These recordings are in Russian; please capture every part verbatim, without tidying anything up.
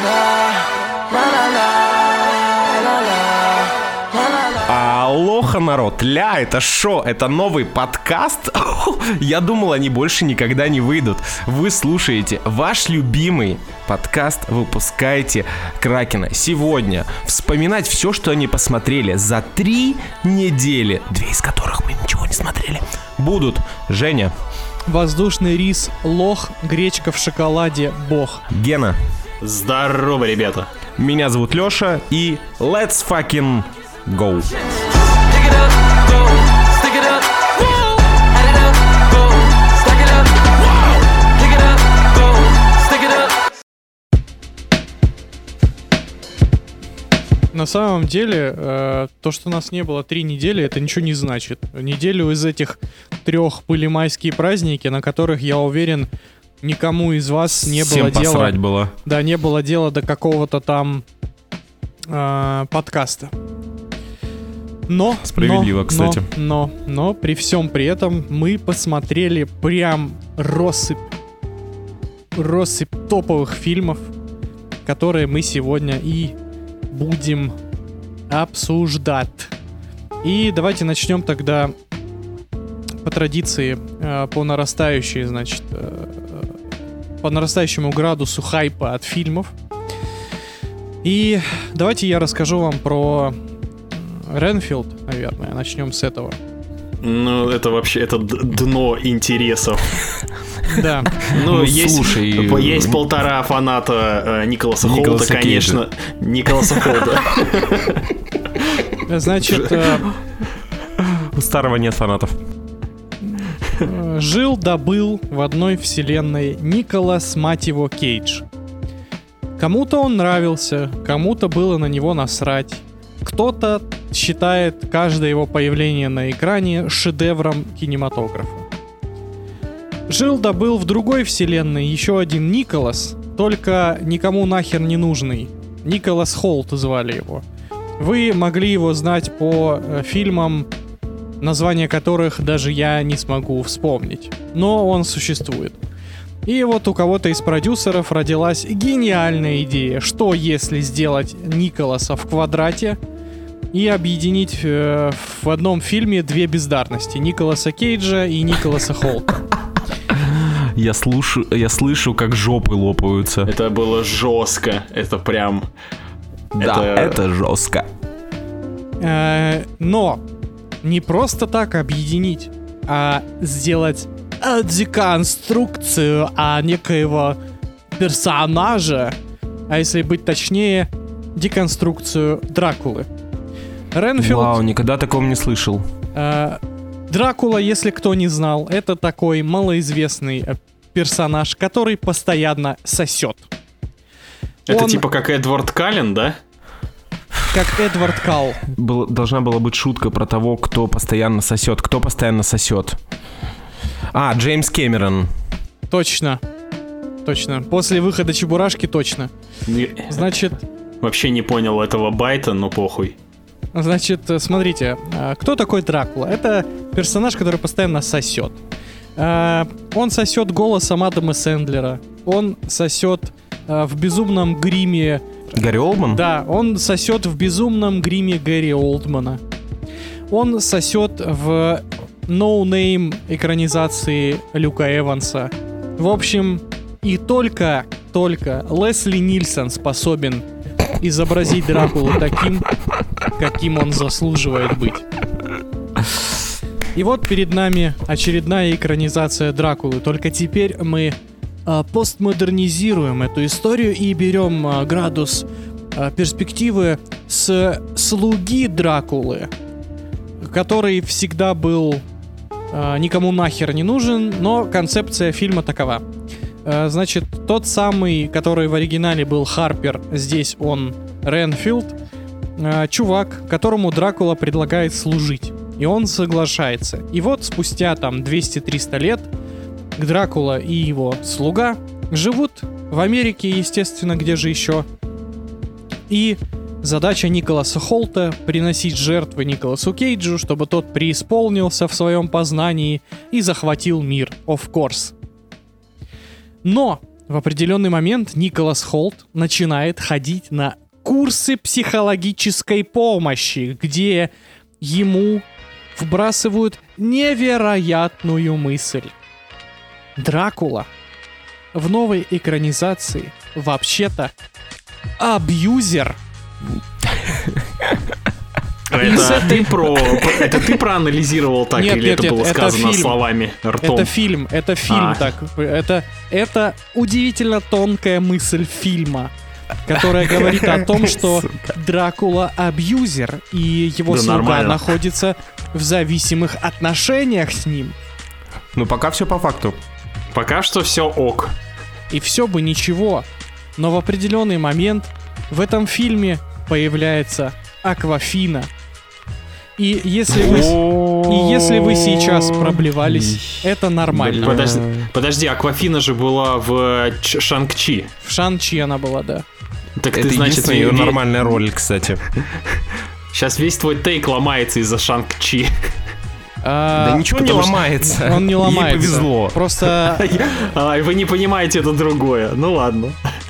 Алоха, народ, ля, это шо, это новый подкаст? Я думал, они больше никогда не выйдут. Вы слушаете ваш любимый подкаст «Выпускайте Кракена». Сегодня вспоминать все, что они посмотрели за три недели, две из которых мы ничего не смотрели, будут Женя. Воздушный рис, лох, гречка в шоколаде, бог. Гена. Здорово, ребята. Меня зовут Леша, и let's fucking go. На самом деле, э, то, что у нас не было три недели, это ничего не значит. Неделю из этих трех были майские праздники, на которых, я уверен, никому из вас не Всем было дела. посрать было. Да, не было дела до какого-то там э, подкаста. Но, Справедливо, но, кстати. Но, но, но при всем при этом мы посмотрели прям россыпь, россыпь топовых фильмов, которые мы сегодня и будем обсуждать. И давайте начнем тогда по традиции, э, по нарастающей, значит, э, по нарастающему градусу хайпа от фильмов. И давайте я расскажу вам про Ренфилд, наверное. Начнем с этого. Ну, это вообще, это дно интересов. Да. Ну, Ну, есть, слушай, есть полтора фаната э, Николаса, Николаса Холта, конечно. Николаса Холта. Значит, э, У старого нет фанатов. э, жил да был в одной вселенной Николас, мать его, Кейдж. Кому-то он нравился, кому-то было на него насрать. Кто-то считает каждое его появление на экране шедевром кинематографа. Жил да был в другой вселенной еще один Николас, только никому нахер не нужный. Николас Холт звали его. Вы могли его знать по э, фильмам, названия которых даже я не смогу вспомнить. Но он существует. И вот у кого-то из продюсеров родилась гениальная идея, что если сделать Николаса в квадрате и объединить э, в одном фильме две бездарности: Николаса Кейджа и Николаса Холта. Я слышу, я слышу, как жопы лопаются. Это было жестко. Это прям... Да, это, это жестко. Э, но не просто так объединить, а сделать э, деконструкцию а некоего персонажа, а если быть точнее, деконструкцию Дракулы. Ренфилд... Вау, никогда такого не слышал. Э, Дракула, если кто не знал, это такой малоизвестный э, персонаж, который постоянно сосет. это Он, типа как Эдвард Каллен, да? как Эдвард Калл. Был, должна была быть шутка про того, кто постоянно сосет. Кто постоянно сосет? А, Джеймс Кэмерон. Точно. Точно. После выхода Чебурашки точно. Не- Значит, Вообще не понял этого байта, но похуй. Значит, смотрите, а, кто такой Дракула? Это персонаж, который постоянно сосет. А, Он сосет голосом Адама Сэндлера. Он сосет а, в безумном гриме... Гарри Олдман? Да, он сосет в безумном гриме Гэри Олдмана. Он сосет в ноунейм экранизации Люка Эванса. В общем, и только, только Лесли Нильсон способен изобразить Дракулу таким, каким он заслуживает быть. И вот перед нами очередная экранизация Дракулы. Только теперь мы а, постмодернизируем эту историю и берем а, градус а, перспективы с слуги Дракулы, который всегда был а, никому нахер не нужен, но концепция фильма такова. А, значит, тот самый, который в оригинале был Харпер, здесь он Ренфилд, а, чувак, которому Дракула предлагает служить. И он соглашается. И вот спустя там двести-триста лет Дракула и его слуга живут в Америке, естественно, где же еще. И задача Николаса Холта — приносить жертвы Николасу Кейджу, чтобы тот преисполнился в своем познании и захватил мир, of course. Но В определенный момент Николас Холт начинает ходить на курсы психологической помощи, где ему вбрасывают невероятную мысль. Дракула в новой экранизации вообще-то абьюзер. Это ты, про, это ты проанализировал так, нет, или нет, это нет, было это сказано фильм. словами, ртом? Это фильм, это фильм А. так. Это, это удивительно тонкая мысль фильма, которая говорит о том, что Дракула абьюзер, и его Да слуга нормально. находится в зависимых отношениях с ним. Ну, пока все по факту. Пока что все ок. И все бы ничего. Но в определенный момент в этом фильме появляется Аквафина. И если вы, и если вы сейчас проблевались, это нормально. Подожди, подожди, Аквафина же была в Ч- Шанг-Чи. В Шан-Чи она была, да. Так Это ты, значит, единственная ее ве- нормальная роль, кстати. Сейчас весь твой тейк ломается из-за Шанг-Чи. А, Да ничего не потому что ломается. Он не Ей ломается. повезло. Просто А, вы не понимаете, это другое. Ну ладно.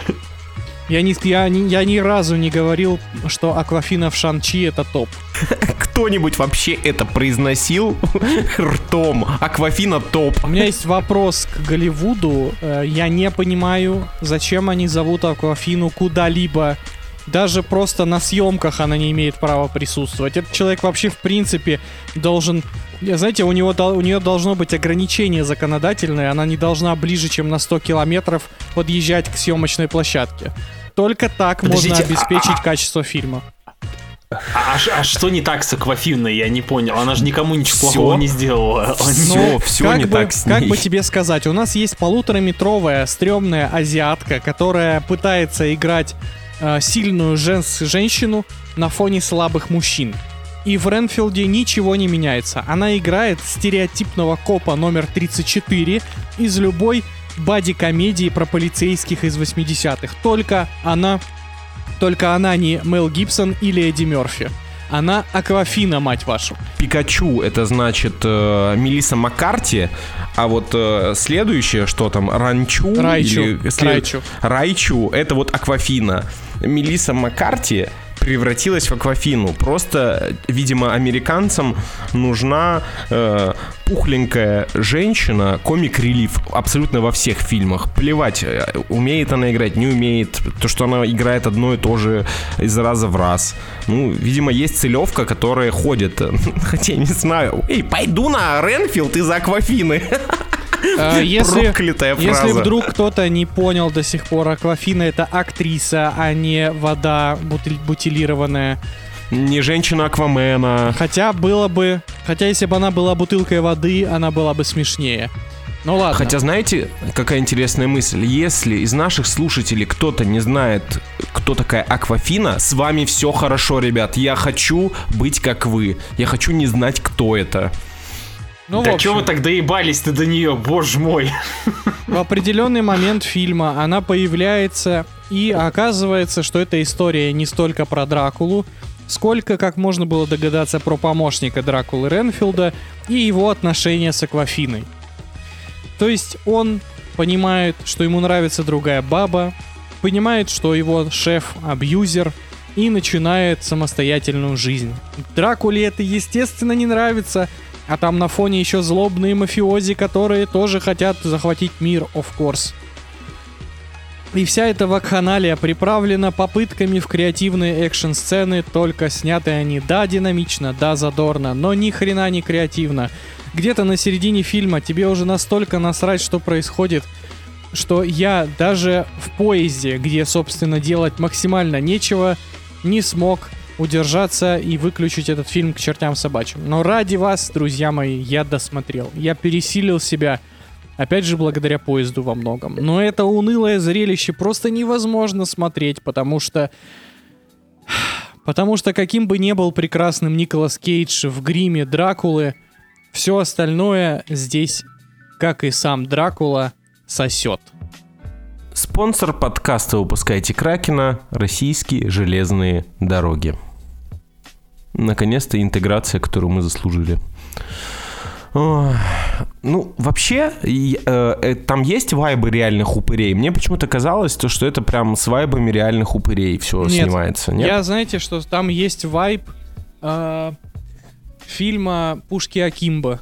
я ни, я, ни, я ни разу не говорил, что Аквафина в Шан-Чи это топ. Кто-нибудь вообще это произносил ртом? Аквафина топ. У меня есть вопрос к Голливуду. Э, Я не понимаю, зачем они зовут Аквафину куда-либо. Даже просто на съемках она не имеет права присутствовать. Этот человек вообще в принципе должен... Знаете, у, него, дол- у нее должно быть ограничение законодательное. Она не должна ближе, чем на сто километров подъезжать к съемочной площадке. Только так Подождите, можно обеспечить а- качество фильма. А, а ш- а что не так с Аквафиной? Я не понял. Она же никому ничего Всё. плохого не сделала. Всё, Ну, всё как не бы, так с Как ней. бы тебе сказать, у нас есть полутораметровая стрёмная азиатка, которая пытается играть э, сильную женс- женщину на фоне слабых мужчин. И в Ренфилде ничего не меняется. Она играет стереотипного копа номер тридцать четыре из любой бади-комедии про полицейских из восьмидесятых. Только она... Только она не Мел Гибсон или Эдди Мерфи. Она Аквафина, мать вашу. Пикачу — это значит э, Мелисса Маккарти, а вот э, следующее, что там, Ранчу? Райчу. Или след- Райчу. Райчу — это вот Аквафина. Мелисса Маккарти превратилась в Аквафину. Просто, видимо, американцам нужна э, пухленькая женщина, комик-релиф абсолютно во всех фильмах. Плевать, э, умеет она играть, не умеет. То, что она играет одно и то же из раза в раз. Ну, видимо, есть целевка, которая ходит. Хотя я не знаю. Эй, пойду на Ренфилд из-за Аквафины. А, Если, Проклятая если фраза. вдруг кто-то не понял до сих пор, Аквафина — это актриса, а не вода бутиль- бутилированная. Не женщина Аквамена. Хотя было бы... Хотя если бы она была бутылкой воды, она была бы смешнее. Ну ладно. Хотя, знаете, какая интересная мысль? Если из наших слушателей кто-то не знает, кто такая Аквафина, с вами все хорошо, ребят. Я хочу быть как вы. Я хочу не знать, кто это. Ну, в Да общем, чё вы так доебались-то до нее, боже мой. в определенный момент фильма она появляется, и оказывается, что эта история не столько про Дракулу, сколько, как можно было догадаться, про помощника Дракулы Ренфилда и его отношения с Аквафиной. То есть он понимает, что ему нравится другая баба, понимает, что его шеф абьюзер, и начинает самостоятельную жизнь. Дракуле это, естественно, не нравится, а там на фоне еще злобные мафиози, которые тоже хотят захватить мир, of course. И вся эта вакханалия приправлена попытками в креативные экшн-сцены, только сняты они да динамично, да задорно, но ни хрена не креативно. Где-то на середине фильма тебе уже настолько насрать, что происходит, что я даже в поезде, где, собственно, делать максимально нечего, не смог удержаться и выключить этот фильм к чертям собачьим. Но ради вас, друзья мои, я досмотрел. Я пересилил себя, опять же, благодаря поезду во многом. Но это унылое зрелище просто невозможно смотреть, потому что... Потому что каким бы ни был прекрасным Николас Кейдж в гриме Дракулы, все остальное здесь, как и сам Дракула, сосет. Спонсор подкаста «Выпускайте Кракена» — Российские железные дороги. Наконец-то интеграция, которую мы заслужили. Ой. Ну, вообще, и, э, э, там есть вайбы реальных упырей. Мне почему-то казалось, то, что это прям с вайбами реальных упырей все Нет, снимается. Нет? Я, знаете, что там есть вайб э, фильма «Пушки Акимбо».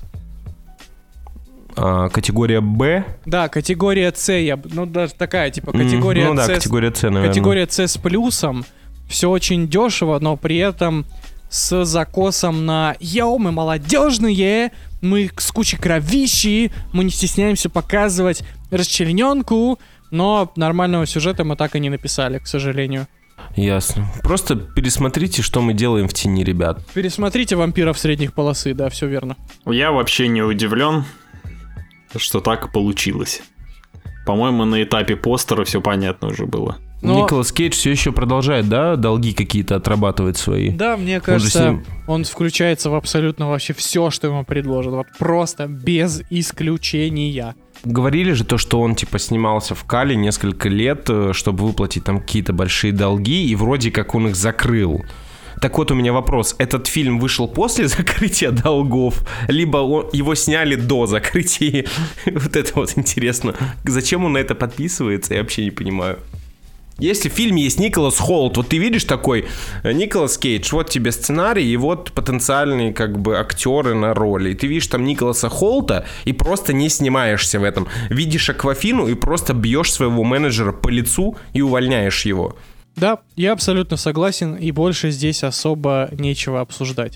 А, категория Б? Да, категория С, я, б- ну даже такая, типа категория Mm, ну да, С, с- категория С, наверное. категория С с плюсом. Все очень дешево, но при этом с закосом на «Йоу, мы молодежные, мы с кучей кровищи, мы не стесняемся показывать расчлененку», но нормального сюжета мы так и не написали, к сожалению. Ясно. Просто пересмотрите, что мы делаем в тени, ребят. Пересмотрите «Вампиров средних полосы», да, все верно. Я вообще не удивлен, что так получилось. По-моему, на этапе постера все понятно уже было. Но- Николас Кейдж все еще продолжает, да, долги какие-то отрабатывать свои? Да, мне же кажется, с ним- он включается в абсолютно вообще все, что ему предложат. Вот просто без исключения. Говорили же то, что он типа снимался в Кале несколько лет, э, чтобы выплатить там какие-то большие долги, и вроде как он их закрыл. Так вот, у меня вопрос. Этот фильм вышел после закрытия долгов, либо он- его сняли до закрытия? Вот это вот интересно. Зачем он на это подписывается, я вообще не понимаю. Если в фильме есть Николас Холт, вот ты видишь такой э, Николас Кейдж, вот тебе сценарий, и вот потенциальные как бы актеры на роли. И ты видишь там Николаса Холта и просто не снимаешься в этом. Видишь Аквафину и просто бьешь своего менеджера по лицу и увольняешь его. Да, я абсолютно согласен, и больше здесь особо нечего обсуждать.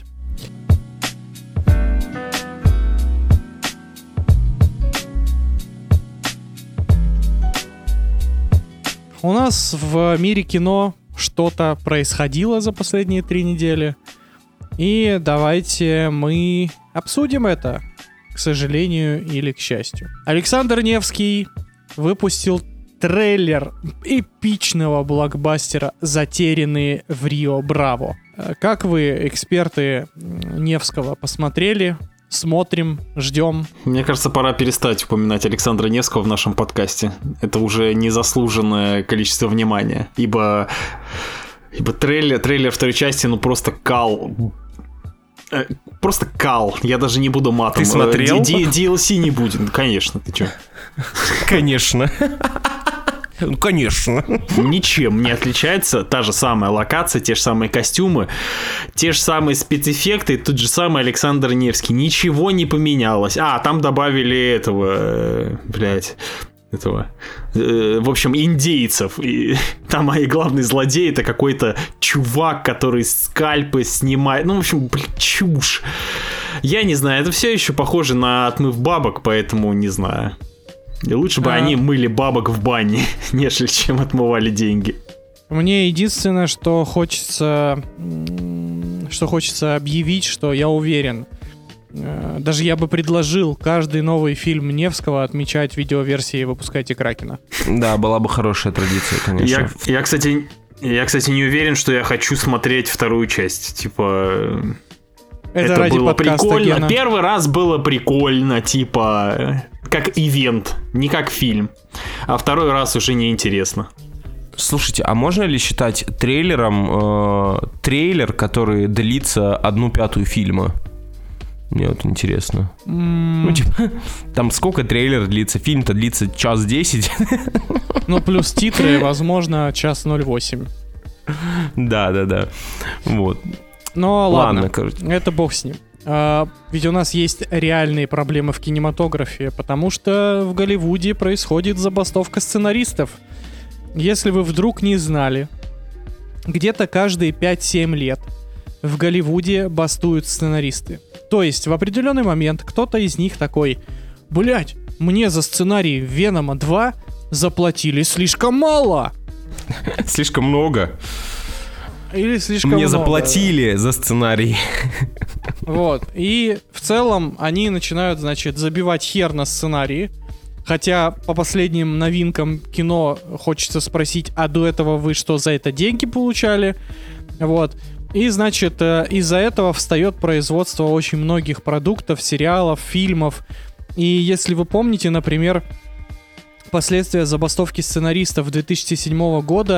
У нас в мире кино что-то происходило за последние три недели, и давайте мы обсудим это, к сожалению или к счастью. Александр Невский выпустил трейлер эпичного блокбастера «Затерянные в Рио Браво». Э, Как вы, эксперты м, Невского, посмотрели? Смотрим, ждем. Мне кажется, пора перестать упоминать Александра Невского в нашем подкасте. Это уже незаслуженное количество внимания. Ибо, ибо трейлер, трейлер второй части, ну просто кал. Э, Просто кал. Я даже не буду матом. Ты смотрел? Э, ди- ди- ди эл си не будет. Ну, конечно, ты чё? Конечно. Ну, конечно. Ничем не отличается. Та же самая локация, те же самые костюмы, те же самые спецэффекты, тот же самый Александр Невский. Ничего не поменялось. А, там добавили этого, э, блядь, этого, э, в общем, индейцев. И там и главный злодей — это какой-то чувак, который скальпы снимает. Ну, в общем, блядь, чушь. Я не знаю, это все еще похоже на отмыв бабок, поэтому не знаю. И лучше бы А. они мыли бабок в бане, нежели чем отмывали деньги. Мне единственное, что хочется, м, что хочется объявить, что я уверен, э, даже я бы предложил каждый новый фильм Невского отмечать видеоверсией «Выпускайте Кракена». Да, была бы хорошая традиция, конечно. Я, я, кстати, я, кстати, не уверен, что я хочу смотреть вторую часть. Типа, Это, это ради было подкаста, прикольно. Гена. Первый раз было прикольно, типа, как ивент, не как фильм. А второй раз уже неинтересно. Слушайте, а можно ли считать трейлером э, трейлер, который длится одну пятую фильма? Мне вот интересно. М, Ну, типа, там сколько трейлер длится? Фильм-то длится час десять. Ну, плюс титры, возможно, час ноль восемь. Да, да, да. Вот. Но ладно, Ладно, короче. это бог с ним. А, ведь у нас есть реальные проблемы в кинематографе, потому что в Голливуде происходит забастовка сценаристов. Если вы вдруг не знали, где-то каждые пять-семь лет в Голливуде бастуют сценаристы. То есть в определенный момент кто-то из них такой: блять, мне за сценарий Венома два заплатили слишком мало. Слишком много. Или слишком Мне много. заплатили за сценарий. Вот. И в целом они начинают, значит, забивать хер на сценарии. Хотя по последним новинкам кино хочется спросить: а до этого вы что, за это деньги получали? Вот. И, значит, э, из-за этого встает производство очень многих продуктов, сериалов, фильмов. И если вы помните, например, последствия забастовки сценаристов две тысячи седьмого года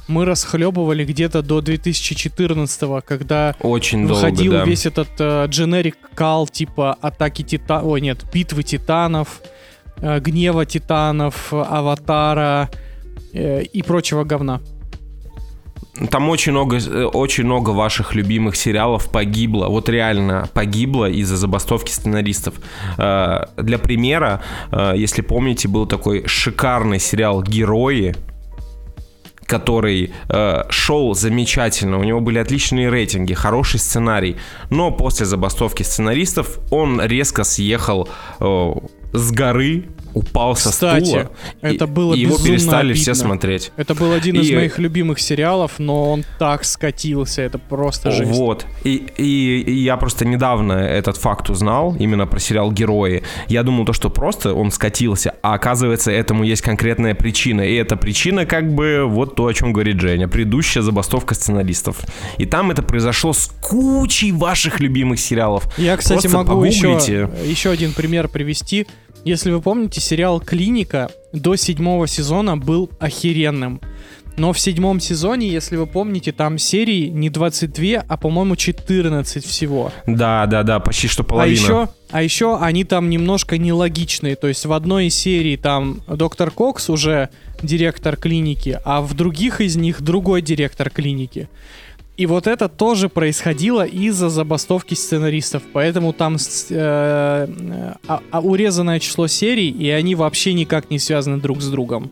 мы расхлебывали где-то до две тысячи четырнадцатого, когда Очень выходил долго, да. весь этот э, generic кал, типа атаки титанов, ой, нет, битвы титанов, э, гнева титанов, Аватара э, и прочего говна. Там очень много, очень много ваших любимых сериалов погибло. Вот реально погибло из-за забастовки сценаристов. Для примера, если помните, был такой шикарный сериал «Герои», который э, шел замечательно, у него были отличные рейтинги, хороший сценарий, но после забастовки сценаристов он резко съехал э, с горы, упал со Кстати, стула, это и, было и его безумно перестали обидно. все смотреть. Это был один из И- моих любимых сериалов, но он так скатился, это просто жесть. Вот. И, и- и я просто недавно этот факт узнал, именно про сериал «Герои». Я думал, то, что просто он скатился, а оказывается, этому есть конкретная причина. И эта причина, как бы, вот то, о чем говорит Женя. Предыдущая забастовка сценаристов. И там это произошло с кучей ваших любимых сериалов. Я, кстати, Просто могу еще, погуглите. еще один пример привести. Если вы помните, сериал «Клиника» до седьмого сезона был охеренным. Но в седьмом сезоне, если вы помните, там серии не двадцать два, а, по-моему, четырнадцать всего. Да, да, да, почти что А половина. еще, а еще они там немножко нелогичные. То есть в одной из серий там доктор Кокс уже директор клиники, а в других из них другой директор клиники. И вот это тоже происходило из-за забастовки сценаристов. Поэтому там с- э, э, а- а урезанное число серий, и они вообще никак не связаны друг с другом.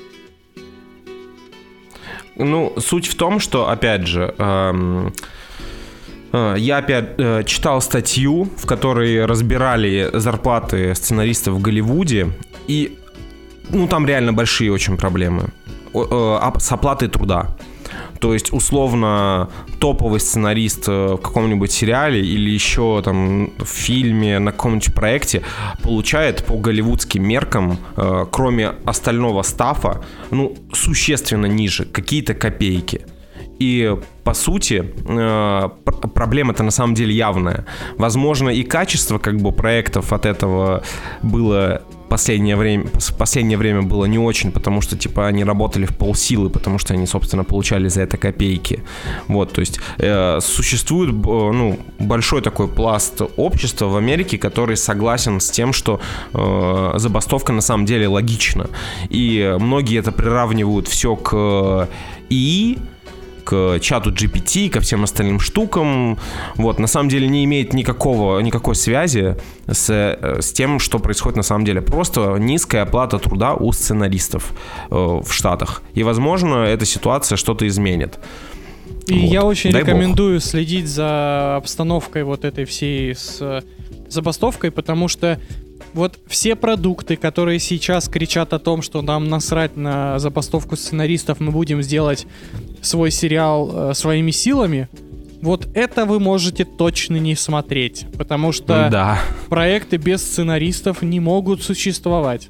Ну, суть в том, что, опять же, эм, э, я опять э, читал статью, в которой разбирали зарплаты сценаристов в Голливуде, и, ну, там реально большие очень проблемы О- э, оп- с оплатой труда. То есть, условно, топовый сценарист э, в каком-нибудь сериале или еще там в фильме, на каком-нибудь проекте получает по голливудским меркам, э, кроме остального стаффа, ну, существенно ниже, какие-то копейки. И, по сути, э, пр- проблема-то на самом деле явная. Возможно, и качество как бы проектов от этого было... Последнее время, в последнее время было не очень, потому что, типа, они работали в полсилы, потому что они, собственно, получали за это копейки. Вот, то есть э, существует, э, ну, большой такой пласт общества в Америке, который согласен с тем, что э, забастовка на самом деле логична. И многие это приравнивают все к ИИ, к чату джи пи ти, ко всем остальным штукам. Вот, на самом деле не имеет никакого, никакой связи с, с тем, что происходит на самом деле. Просто низкая оплата труда у сценаристов э, в Штатах. И, возможно, эта ситуация что-то изменит. И Вот. я очень Дай рекомендую следить за обстановкой вот этой всей с э, забастовкой, потому что вот все продукты, которые сейчас кричат о том, что нам насрать на забастовку сценаристов, мы будем сделать свой сериал э, своими силами, вот это вы можете точно не смотреть, потому что Да. проекты без сценаристов не могут существовать.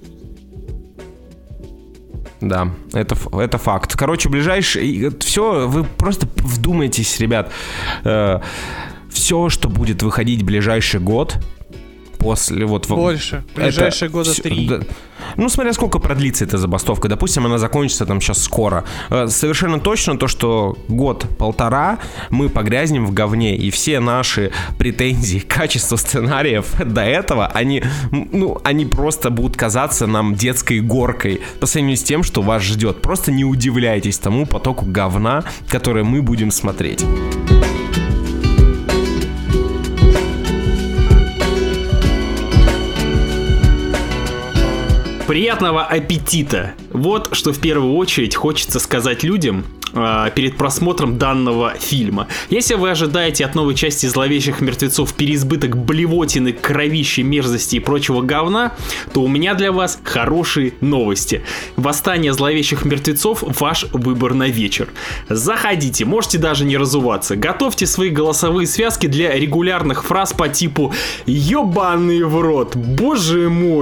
Да, это, ф- это факт. Короче, ближайшие... Все, вы просто вдумайтесь, ребят. Э, все, что будет выходить в ближайший год, после... вот в- Больше. это Ближайшие года всё- три. да. Ну, смотря сколько продлится эта забастовка. Допустим, она закончится там сейчас скоро. Э, Совершенно точно то, что год-полтора мы погрязнем в говне, и все наши претензии к качеству сценариев до этого, они, м, ну, они просто будут казаться нам детской горкой по сравнению с тем, что вас ждет. Просто не удивляйтесь тому потоку говна, который мы будем смотреть. Приятного аппетита! Вот что в первую очередь хочется сказать людям э, перед просмотром данного фильма. Если вы ожидаете от новой части «Зловещих мертвецов» переизбыток блевотины, кровищи, мерзости и прочего говна, то у меня для вас хорошие новости. «Восстание зловещих мертвецов» — ваш выбор на вечер. Заходите, можете даже не разуваться. Готовьте свои голосовые связки для регулярных фраз по типу «Ёбаный в рот», «Боже мой»,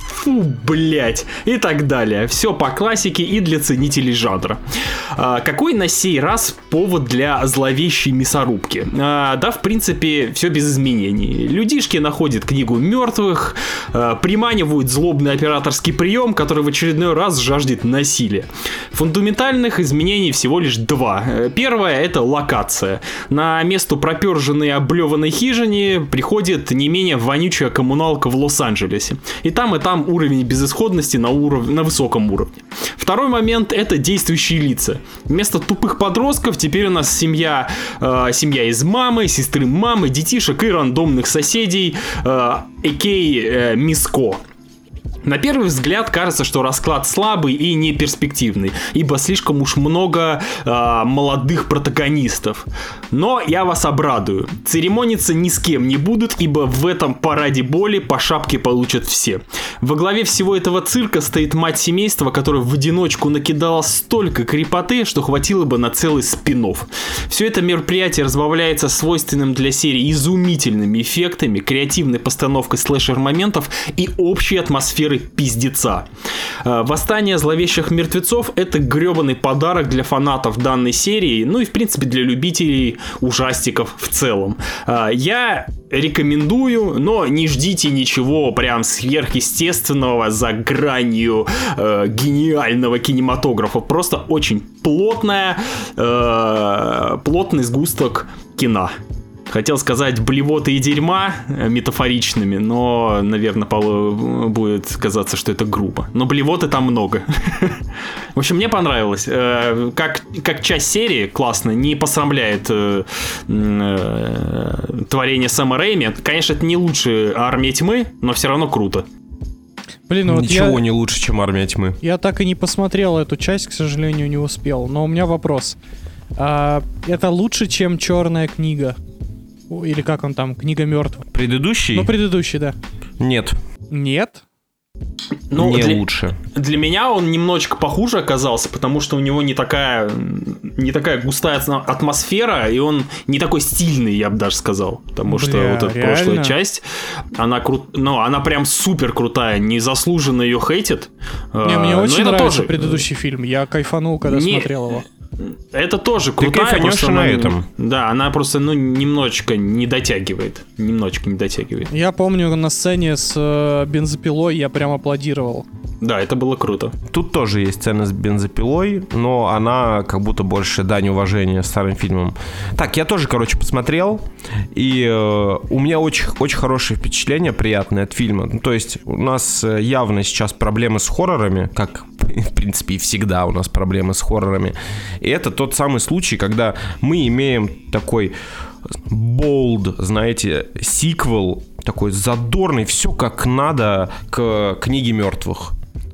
фу, блять, и так далее. Все по классике и для ценителей жанра. А, какой на сей раз повод для зловещей мясорубки? А, да, в принципе, все без изменений. Людишки находят книгу мертвых, а, приманивают злобный операторский прием, который в очередной раз жаждет насилия. Фундаментальных изменений всего лишь два. Первое — это локация. На место проперженной облеванной хижине приходит не менее вонючая коммуналка в Лос-Анджелесе. И там, и там уровень безысходности на, уров... на высоком уровне. Второй момент — это действующие лица. Вместо тупых подростков теперь у нас семья, э, семья из мамы, сестры мамы, детишек и рандомных соседей, э, а.к.а. э, Миско. На первый взгляд кажется, что расклад слабый и неперспективный, ибо слишком уж много э, молодых протагонистов. Но я вас обрадую, церемониться ни с кем не будут, ибо в этом параде боли по шапке получат все. Во главе всего этого цирка стоит мать семейства, которая в одиночку накидала столько крепоты, что хватило бы на целый спин-офф. Все это мероприятие разбавляется свойственным для серии изумительными эффектами, креативной постановкой слэшер-моментов и общей атмосферой пиздеца. Восстание зловещих мертвецов — это гребаный подарок для фанатов данной серии, ну и в принципе для любителей ужастиков в целом. Я рекомендую, но не ждите ничего прям сверхъестественного за гранью э, гениального кинематографа. Просто очень плотная, э, плотный сгусток кино. Хотел сказать блевоты и дерьма метафоричными, но, наверное, будет казаться, что это грубо. Но блевоты там много. В общем, мне понравилось. Как, как часть серии классно, не посрамляет э, э, творение Сэма Рэйми. Конечно, это не лучше «Армия тьмы», но все равно круто. Блин, ну вот Ничего я, не лучше, чем «Армия тьмы». Я так и не посмотрел эту часть, к сожалению, не успел. Но у меня вопрос. А, это лучше, чем «Черная книга»? Или как он там, «Книга мертвых»? Предыдущий? Ну, предыдущий, да. Нет. Нет? Ну, не для, лучше. Для меня он немножечко похуже оказался, потому что у него не такая, не такая густая атмосфера, и он не такой стильный, я бы даже сказал. Потому Бля, что вот эта реально? прошлая часть, она, кру... ну, она прям супер крутая, незаслуженно ее хейтит. Не, мне а, очень нравится тоже... предыдущий фильм, я кайфанул, когда не... смотрел его. Это тоже крутая. Ты кайфанешь на она, этом. Да, она просто, ну, немножечко не дотягивает. Немножечко не дотягивает. Я помню, на сцене с э, бензопилой я прям аплодировал. Да, это было круто. Тут тоже есть сцена с бензопилой, но она как будто больше дань уважения старым фильмам. Так, я тоже, короче, посмотрел, и э, у меня очень, очень хорошее впечатление, приятное от фильма. Ну, то есть у нас явно сейчас проблемы с хоррорами, как, в принципе, и всегда у нас проблемы с хоррорами. И это тот самый случай, когда мы имеем такой bold, знаете, сиквел, такой задорный, все как надо к книге мертвых.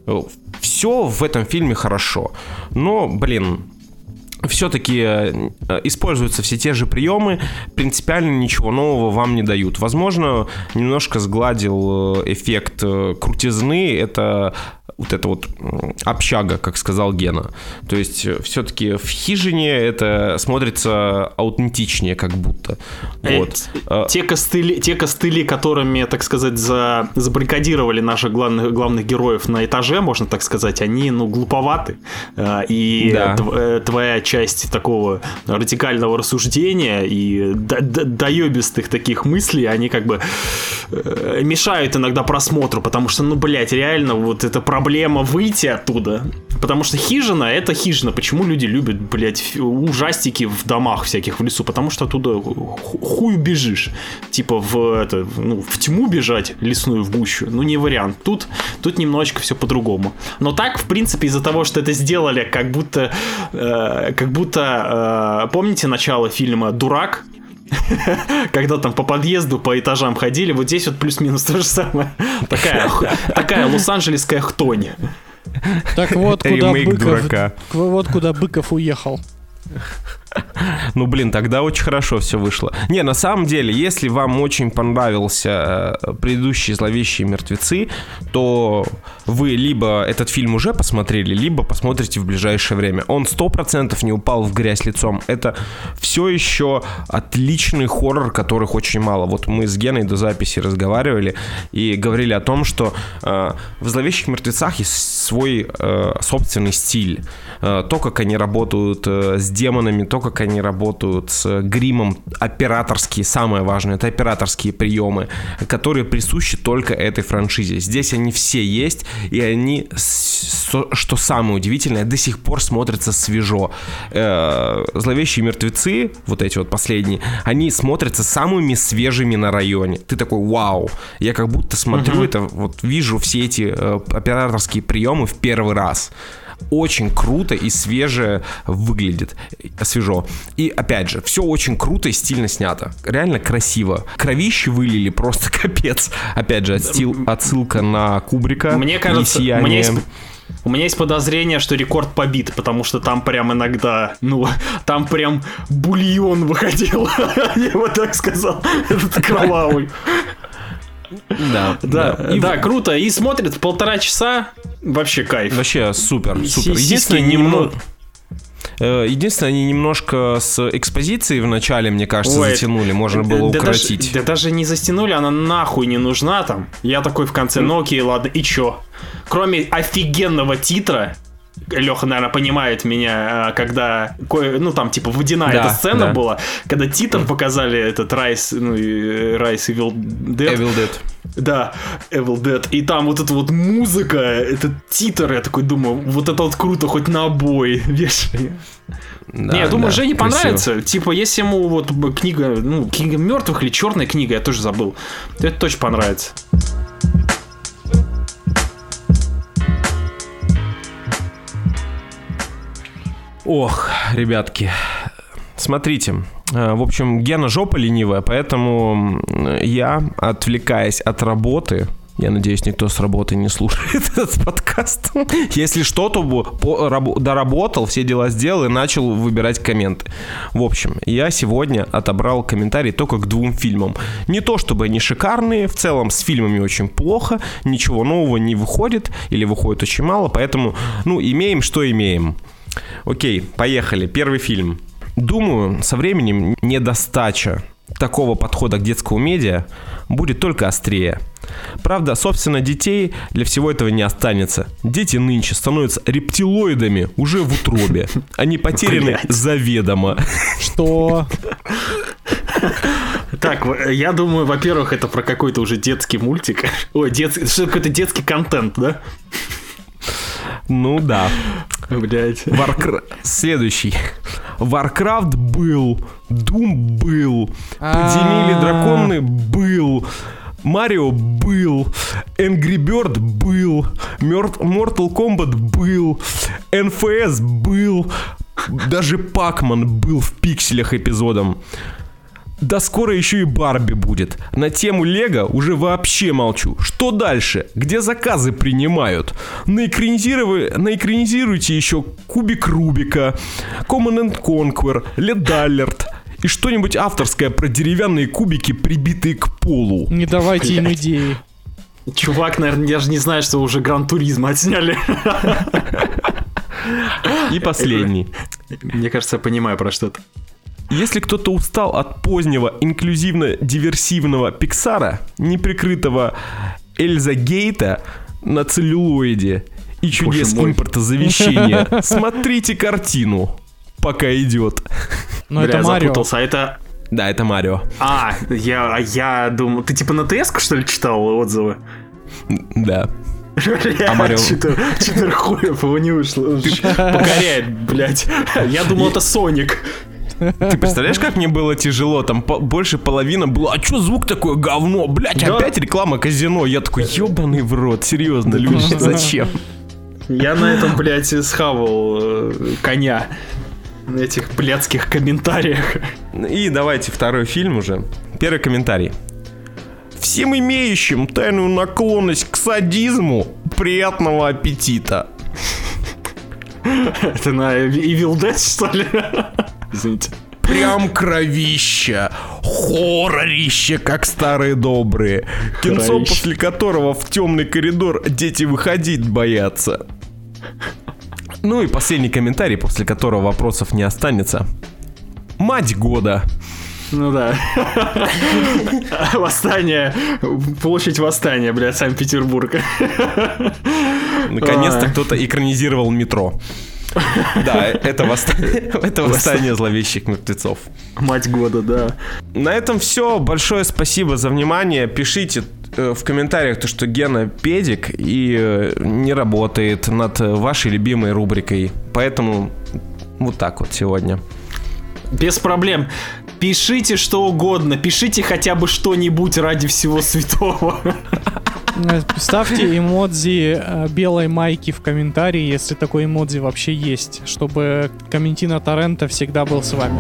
Все в этом фильме хорошо. Но, блин, все-таки используются все те же приемы, принципиально ничего нового вам не дают. Возможно, немножко сгладил эффект крутизны, это вот эта вот общага, как сказал Гена. То есть все-таки в хижине это смотрится аутентичнее, как будто. Вот. Те костыли, те костыли, которыми, так сказать, за, забаррикадировали наших главных, главных героев на этаже, можно так сказать, они, ну, глуповаты. И да. твоя часть такого радикального рассуждения и доебистых таких мыслей, они как бы мешают иногда просмотру, потому что, ну, блядь, реально вот это проблема выйти оттуда. Потому что хижина — это хижина. Почему люди любят, блядь, ужастики в домах всяких в лесу? Потому что оттуда хуй бежишь. Типа в, это, ну, в тьму бежать лесную, в гущу. Ну, не вариант. Тут, тут немножечко все по-другому. Но так, в принципе, из-за того, что это сделали, как будто... Э, как будто... Э, помните начало фильма «Дурак»? Когда там по подъезду, по этажам ходили, вот здесь вот плюс-минус то же самое. Такая, такая лос-анджелесская хтонь. Так вот куда, Быков, вот куда Быков уехал. Ну, блин, тогда очень хорошо все вышло. Не, на самом деле, если вам очень понравился предыдущие «Зловещие мертвецы», то вы либо этот фильм уже посмотрели, либо посмотрите в ближайшее время. Он сто процентов не упал в грязь лицом. Это все еще отличный хоррор, которых очень мало. Вот мы с Геной до записи разговаривали и говорили о том, что э, в «Зловещих мертвецах» есть свой э, собственный стиль. Э, то, как они работают э, с демонами, то, как они работают с гримом, операторские, самое важное, это операторские приемы, которые присущи только этой франшизе. Здесь они все есть, и они, что самое удивительное, до сих пор смотрятся свежо. Э, «Зловещие мертвецы», вот эти вот последние, они смотрятся самыми свежими на районе. Ты такой: вау, я как будто смотрю uh-huh. это, вот вижу все эти э, операторские приемы в первый раз. Очень круто и свеже выглядит. Свежо. И опять же, все очень круто и стильно снято. Реально красиво. Кровищи вылили просто капец. Опять же, отстил, отсылка на Кубрика. Мне кажется, у меня есть... У меня есть подозрение, что рекорд побит, потому что там прям иногда, ну, там прям бульон выходил. Я бы так сказал. Этот кровавый. Да, да, да, и да, круто. И смотрит полтора часа, вообще кайф. Вообще супер, супер. Единственное, немного... Единственное, они немножко с экспозицией в начале, мне кажется, Ой, затянули. Можно было да укоротить. Даже, да даже не затянули, она нахуй не нужна там. Я такой в конце, ну окей, ладно, и чё? Кроме офигенного титра, Леха, наверное, понимает меня, когда, ну, там, типа, водяная да, эта сцена да. была, когда титр показали этот Rise, ну, Rise Evil Dead. Evil Dead. Да, Evil Dead. И там вот эта вот музыка, этот титр, я такой думаю, вот это вот круто, хоть на обои вешай. Да, не, я думаю, да, Жене красиво. Понравится. Типа, если ему вот книга, ну, книга мертвых или черная книга, я тоже забыл, то это точно понравится. Ох, ребятки, смотрите, в общем, Гена жопа ленивая, поэтому я, отвлекаясь от работы, я надеюсь, никто с работы не слушает этот подкаст. Если что, то доработал, все дела сделал и начал выбирать комменты. В общем, я сегодня отобрал комментарии только к двум фильмам. Не то чтобы они шикарные, в целом с фильмами очень плохо, ничего нового не выходит или выходит очень мало, поэтому, ну, имеем, что имеем. Окей, поехали. Первый фильм. Думаю, со временем недостача такого подхода к детскому медиа будет только острее. Правда, собственно, детей для всего этого не останется. Дети нынче становятся рептилоидами уже в утробе. Они потеряны заведомо. Что? Так, я думаю, во-первых, это про какой-то уже детский мультик. Ой, детский, что какой-то детский контент, да? Ну да. Блять. Warcraft... Следующий. Warcraft был. Doom был. Подземелье драконы был. Марио был. Angry Bird был. Mortal Kombat был. эн эф эс был. Даже Pac-Man был в пикселях эпизодом. Да скоро еще и Барби будет. На тему Лего уже вообще молчу. Что дальше? Где заказы принимают? Наэкранизируй... Наэкранизируйте еще Кубик Рубика, Command and Conquer, Led Alert и что-нибудь авторское про деревянные кубики, прибитые к полу. Не давайте им идеи. Чувак, наверное, я же не знаю, что уже Гран Туризмо отсняли. И последний. Мне кажется, я понимаю про что-то. Если кто-то устал от позднего инклюзивно-диверсивного Пиксара, неприкрытого Эльза Гейта на целлюлоиде и чудес импортозамещения, смотрите картину, пока идет. Но это Марио. Запутался, а это... Да, это Марио. А, я, я думал... Ты типа на ТС-ку, что ли, читал отзывы? Да. А Марио... Четыре хуев его не вышло. Покоряет, блядь. Я думал, это Соник. Ты представляешь, как мне было тяжело? Там по- больше половины было. А чё звук такое говно? Блять, да? Опять реклама казино. Я такой, ёбаный в рот. Серьезно, люди, зачем? Я на этом, блядь, схавал э, коня. На этих блядских комментариях. И давайте второй фильм уже. Первый комментарий. Всем имеющим тайную наклонность к садизму приятного аппетита. Это на Evil Dead, что ли? Извините. Прям кровища, хоррорище, как старые добрые. Кинцо, Хоррорище. после которого в темный коридор дети выходить боятся. Ну и последний комментарий, после которого вопросов не останется. Мать года. Ну да. Восстание. Площадь восстания, блядь, Санкт-Петербурга. Наконец-то кто-то экранизировал метро. Да, это восстание, это восстание зловещих мертвецов. Мать года, да. На этом все. Большое спасибо за внимание. Пишите э, в комментариях то, что Гена педик и э, не работает над вашей любимой рубрикой. Поэтому вот так вот сегодня. Без проблем. Пишите что угодно, пишите хотя бы что-нибудь ради всего святого. Ставьте эмодзи э, белой майки в комментарии, если такой эмодзи вообще есть, чтобы Комментино Торренто всегда был с вами.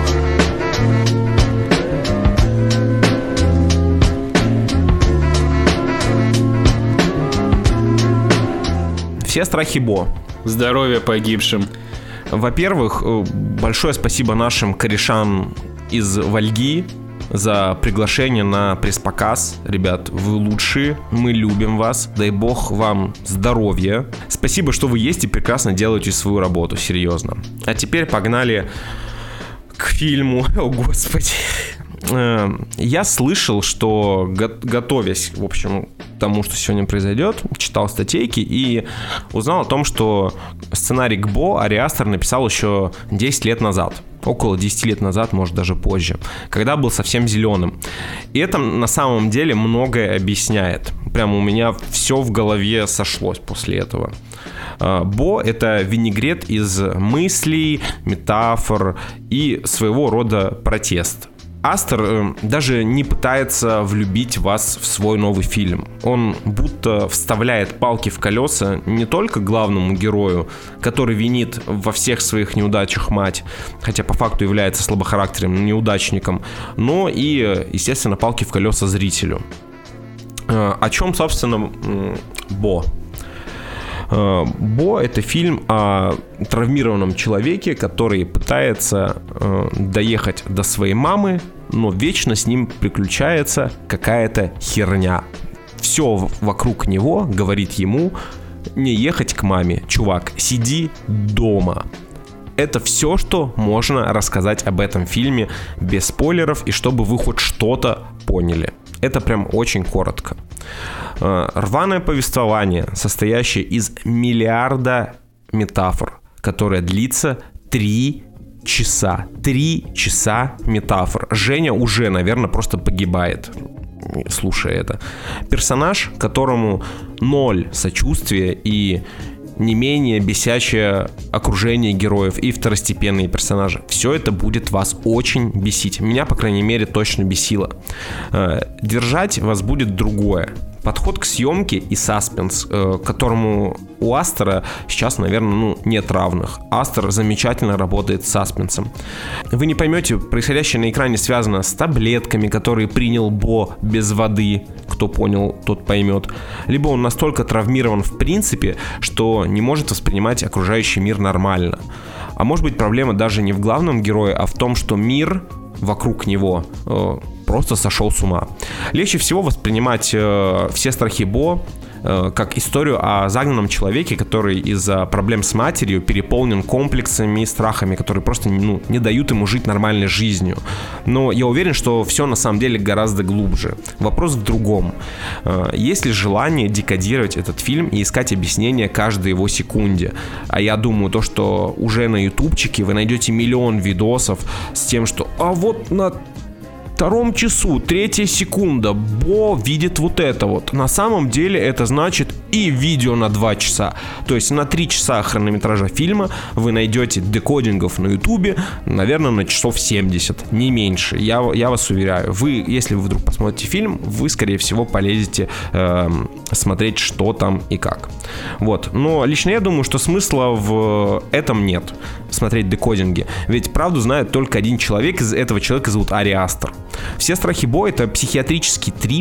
Все страхи Бо. Здоровья погибшим. Во-первых, э, большое спасибо нашим корешам из Вольги за приглашение на пресс-показ. Ребят, вы лучшие, мы любим вас, дай бог вам здоровья. Спасибо, что вы есть и прекрасно делаете свою работу, серьезно. А теперь погнали к фильму. О, господи. Я слышал, что, готовясь, в общем, к тому, что сегодня произойдет, читал статейки и узнал о том, что сценарий к Бо Ари Астер написал еще десять лет назад. Около десять лет назад, может даже позже, когда был совсем зеленым. И это на самом деле многое объясняет. Прямо у меня все в голове сошлось после этого. Бо — это винегрет из мыслей, метафор и своего рода протест. Астер э, даже не пытается влюбить вас в свой новый фильм. Он будто вставляет палки в колеса не только главному герою, который винит во всех своих неудачах мать, хотя по факту является слабохарактерным неудачником, но и, естественно, палки в колеса зрителю. Э, о чем, собственно, э, Бо? Бо — это фильм о травмированном человеке, который пытается э, доехать до своей мамы, но вечно с ним приключается какая-то херня. Все вокруг него говорит ему не ехать к маме. Чувак, сиди дома. Это все, что можно рассказать об этом фильме без спойлеров и чтобы вы хоть что-то поняли. Это прям очень коротко. Рваное повествование, состоящее из миллиарда метафор, которое длится три часа. Три часа метафор. Женя уже, наверное, просто погибает, слушая это. Персонаж, которому ноль сочувствия и не менее бесячее окружение героев и второстепенные персонажи. Все это будет вас очень бесить. Меня, по крайней мере, точно бесило. Держать вас будет другое. Подход к съемке и саспенс, которому у Астера сейчас, наверное, ну, нет равных. Астер замечательно работает с саспенсом. Вы не поймете, происходящее на экране связано с таблетками, которые принял Бо без воды. Кто понял, тот поймет. Либо он настолько травмирован в принципе, что не может воспринимать окружающий мир нормально. А может быть, проблема даже не в главном герое, а в том, что мир вокруг него э, просто сошел с ума. Легче всего воспринимать э, все страхи Бо э, как историю о загнанном человеке, который из-за проблем с матерью переполнен комплексами и страхами, которые просто ну, не дают ему жить нормальной жизнью. Но я уверен, что все на самом деле гораздо глубже. Вопрос в другом. Э, есть ли желание декодировать этот фильм и искать объяснение каждой его секунде? А я думаю, то, что уже на ютубчике вы найдете миллион видосов с тем, что «а вот на втором часу, третья секунда, Бо видит вот это вот». На самом деле это значит и видео на два часа. То есть на три часа хронометража фильма вы найдете декодингов на ютубе, наверное, на часов семьдесят, не меньше. Я, я вас уверяю, вы, если вы вдруг посмотрите фильм, вы, скорее всего, полезете э, смотреть, что там и как. Вот. Но лично я думаю, что смысла в этом нет, смотреть декодинги. Ведь правду знает только один человек, из этого человека зовут Ари Астер. Все страхи Бо — это психиатрический трип,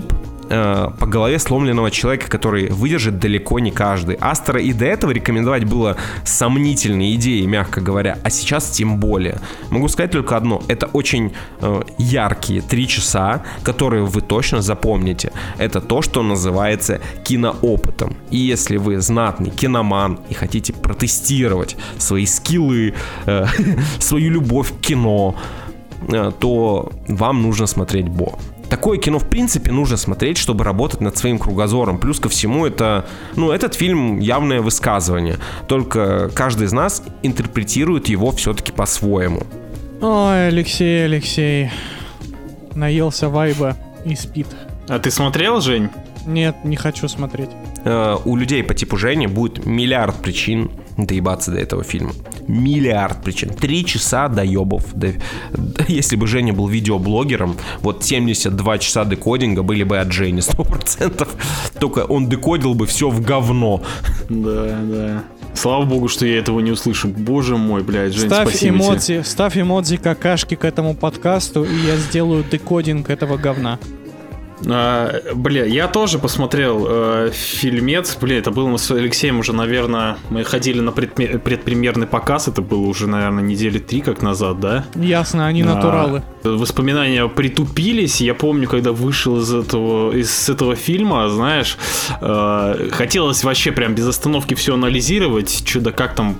э, по голове сломленного человека, который выдержит далеко не каждый. Астера и до этого рекомендовать было сомнительной идеей, мягко говоря, а сейчас тем более. Могу сказать только одно: это очень э, яркие три часа, которые вы точно запомните. Это то, что называется киноопытом. И если вы знатный киноман и хотите протестировать свои скиллы, э, свою любовь к кино, э, то вам нужно смотреть Бо. Такое кино, в принципе, нужно смотреть, чтобы работать над своим кругозором. Плюс ко всему, это, ну, этот фильм явное высказывание. Только каждый из нас интерпретирует его все-таки по-своему. Ой, Алексей, Алексей. Наелся вайба и спит. А ты смотрел, Жень? Нет, не хочу смотреть. Э, у людей по типу Жени будет миллиард причин доебаться до этого фильма. Миллиард причин. Три часа доебов. До... Если бы Женя был видеоблогером, вот семьдесят два часа декодинга были бы от Жени сто процентов. Только он декодил бы все в говно. Да, да. Слава богу, что я этого не услышу. Боже мой, блядь, Жень, ставь спасибо эмодзи, тебе. Ставь эмодзи какашки к этому подкасту, и я сделаю декодинг этого говна. А, бля, я тоже посмотрел э, фильмец. Бля, это было мы с Алексеем уже, наверное, мы ходили на предпри- предпремьерный показ. Это было уже, наверное, недели три как назад, да? Ясно, они натуралы. А, воспоминания притупились. Я помню, когда вышел из этого, из этого фильма, знаешь, э, хотелось вообще прям без остановки все анализировать. Чё да как там...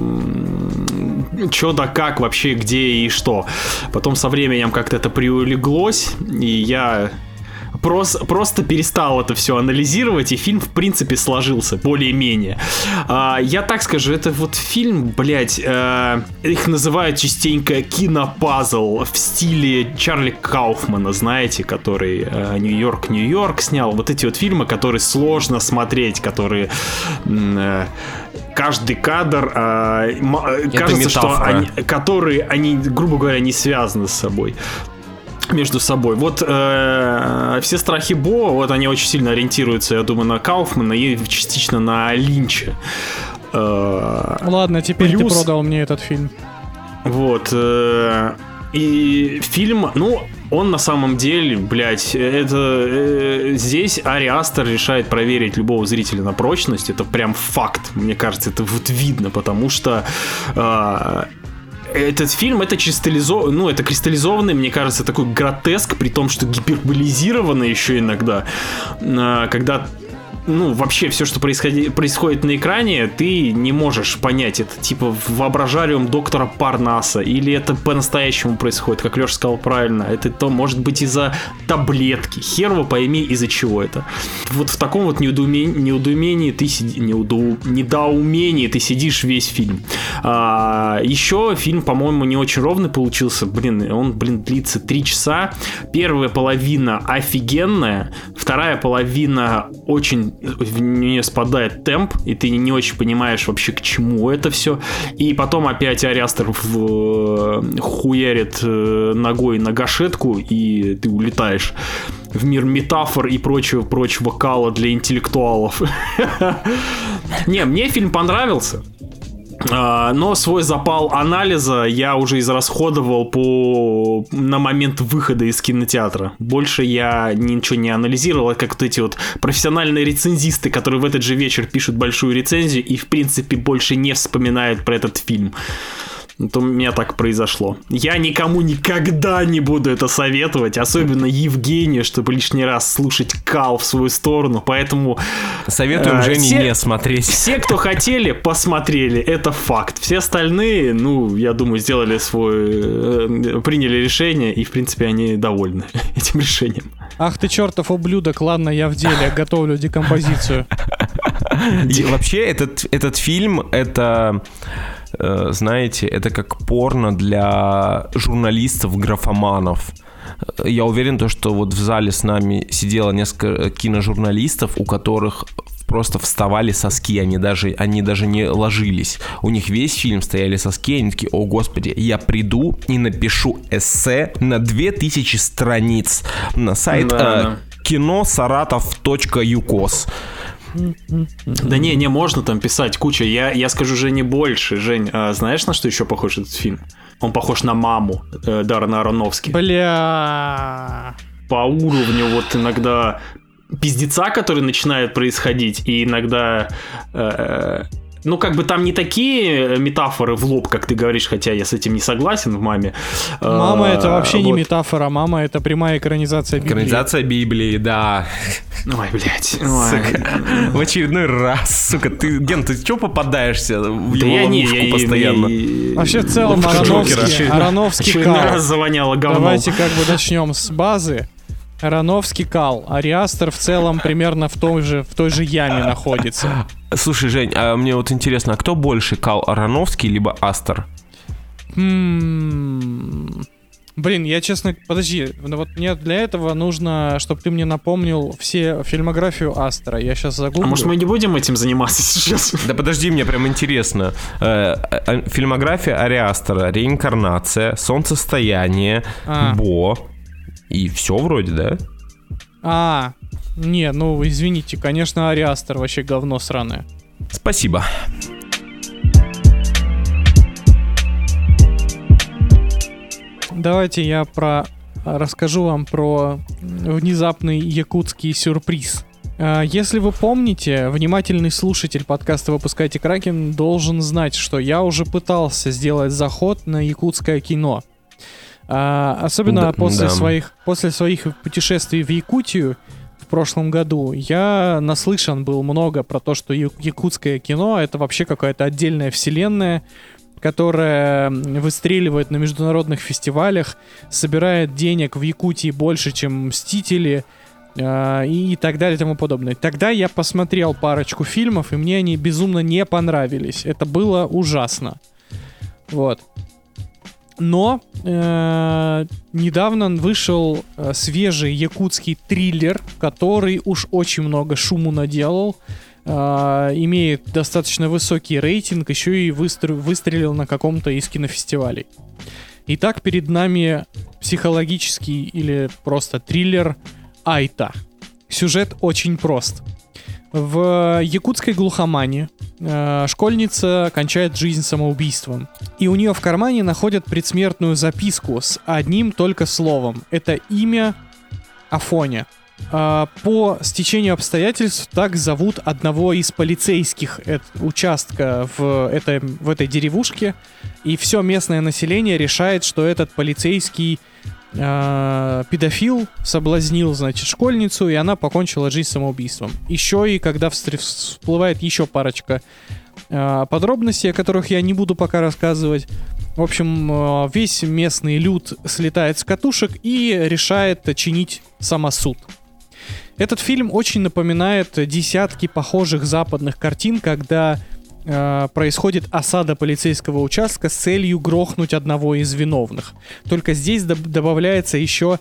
Чё да как вообще, где и что. Потом со временем как-то это приулеглось, и я... Просто, просто перестал это все анализировать, и фильм, в принципе, сложился более-менее. А, я так скажу, это вот фильм, блядь, э, их называют частенько кинопазл в стиле Чарли Кауфмана, знаете, который э, Нью-Йорк, Нью-Йорк снял. Вот эти вот фильмы, которые сложно смотреть, которые... Э, каждый кадр э, кажется, что они, которые, они, грубо говоря, не связаны с собой. Между собой. Вот э, все страхи Бо, вот они очень сильно ориентируются, я думаю, на Кауфмана и частично на Линча. Э, Ладно, теперь плюс... ты продал мне этот фильм. Вот. Э, и фильм, ну, он на самом деле, блядь, это э, здесь Ари Астер решает проверить любого зрителя на прочность. Это прям факт. Мне кажется, это вот видно, потому что э, этот фильм, это кристаллизованный, ну, это кристаллизованный, мне кажется, такой гротеск, при том, что гиперболизированный еще иногда, когда, ну, вообще все, что происходит, происходит на экране, ты не можешь понять, это типа воображариум доктора Парнаса, или это по-настоящему происходит, как Леша сказал правильно, это то может быть из-за таблетки, хер его пойми, из-за чего это. Вот в таком вот неудоумении, неудоумении ты сиди, неудо, недоумении ты сидишь весь фильм. А, еще фильм, по-моему, не очень ровный получился, блин, он, блин, длится три часа. Первая половина офигенная, вторая половина очень в нее спадает темп, и ты не очень понимаешь вообще, к чему это все. И потом опять Ари Астер в... хуярит ногой на гашетку, и ты улетаешь в мир метафор и прочего, прочего кала для интеллектуалов. Не, мне фильм понравился. Но свой запал анализа я уже израсходовал по... на момент выхода из кинотеатра. Больше я ничего не анализировал, как вот эти вот профессиональные рецензисты, которые в этот же вечер пишут большую рецензию и, в принципе, больше не вспоминают про этот фильм. Вот у меня так произошло. Я никому никогда не буду это советовать, особенно Евгению, чтобы лишний раз слушать кал в свою сторону, поэтому... Советуем э, Жене все, не смотреть. Все, кто хотели, посмотрели, это факт. Все остальные, ну, я думаю, сделали свой... Э, приняли решение, и, в принципе, они довольны этим решением. Ах ты чертов ублюдок, ладно, я в деле, готовлю декомпозицию. И вообще, этот, этот фильм, это... знаете, это как порно для журналистов-графоманов. Я уверен, то, что вот в зале с нами сидело несколько киножурналистов, у которых просто вставали соски, они даже, они даже не ложились. У них весь фильм стояли соски, они такие: о господи, я приду и напишу эссе на две тысячи страниц на сайт да. э, киносаратов точка юкос. Да не, не, можно там писать куча. Я, я скажу Жене больше. Жень, а знаешь, на что еще похож этот фильм? Он похож на маму э, Даррена Аронофски. Бля. По уровню вот иногда пиздеца, который начинает происходить, и иногда... Э, ну, как бы там не такие метафоры в лоб, как ты говоришь, хотя я с этим не согласен в «Маме». «Мама» — это вообще вот. не метафора, «Мама» — это прямая экранизация Библии. Экранизация Библии, да. Ой, блядь. Сука. В очередной раз, сука, ты, Ген, ты чё попадаешься в Да его я не, ловушку я, постоянно? я, я, Вообще, в целом, Ловушка Аронофский, Джокера. Аронофский очередной кал. раз завоняло говном. Давайте как бы начнем с базы. Аронофский кал. Ари Астер в целом примерно в той же, в той же яме находится. Слушай, Жень, а мне вот интересно, а кто больше, Кал Аронофский либо Астер? М-м-м. Блин, я честно... Подожди, ну вот мне для этого нужно, чтобы ты мне напомнил все фильмографию Астера. Я сейчас загуглю. А может мы не будем этим заниматься сейчас? Да подожди, мне прям интересно. Э, э, фильмография Ари Астера, «Реинкарнация», «Солнцестояние», А. «Бо». И все вроде, да? А, не, ну извините, конечно, Ари Астер вообще говно сраное. Спасибо. Давайте я про расскажу вам про внезапный якутский сюрприз. Если вы помните, внимательный слушатель подкаста «Выпускайте Кракен» должен знать, что я уже пытался сделать заход на якутское кино. А, особенно да, после, да. своих, после своих путешествий в Якутию в прошлом году я наслышан был много про то, что я- якутское кино — это вообще какая-то отдельная вселенная, которая выстреливает на международных фестивалях, собирает денег в Якутии больше, чем «Мстители», э, и так далее и тому подобное. Тогда я посмотрел парочку фильмов, и мне они безумно не понравились. Это было ужасно. Вот. Но э, недавно вышел э, свежий якутский триллер, который уж очень много шуму наделал, э, имеет достаточно высокий рейтинг, еще и выстр- выстрелил на каком-то из кинофестивалей. Итак, перед нами психологический или просто триллер «Айта». Сюжет очень прост. В якутской глухомане э, школьница кончает жизнь самоубийством. И у нее в кармане находят предсмертную записку с одним только словом. Это имя Афоня. Э, по стечению обстоятельств так зовут одного из полицейских эт- участка в этой, в этой деревушке. И все местное население решает, что этот полицейский э, педофил соблазнил, значит, школьницу, и она покончила жизнь самоубийством. Еще и когда встр- всплывает еще парочка э, подробностей, о которых я не буду пока рассказывать. В общем, э, весь местный люд слетает с катушек и решает чинить самосуд. Этот фильм очень напоминает десятки похожих западных картин, когда э, происходит осада полицейского участка с целью грохнуть одного из виновных. Только здесь доб- добавляется еще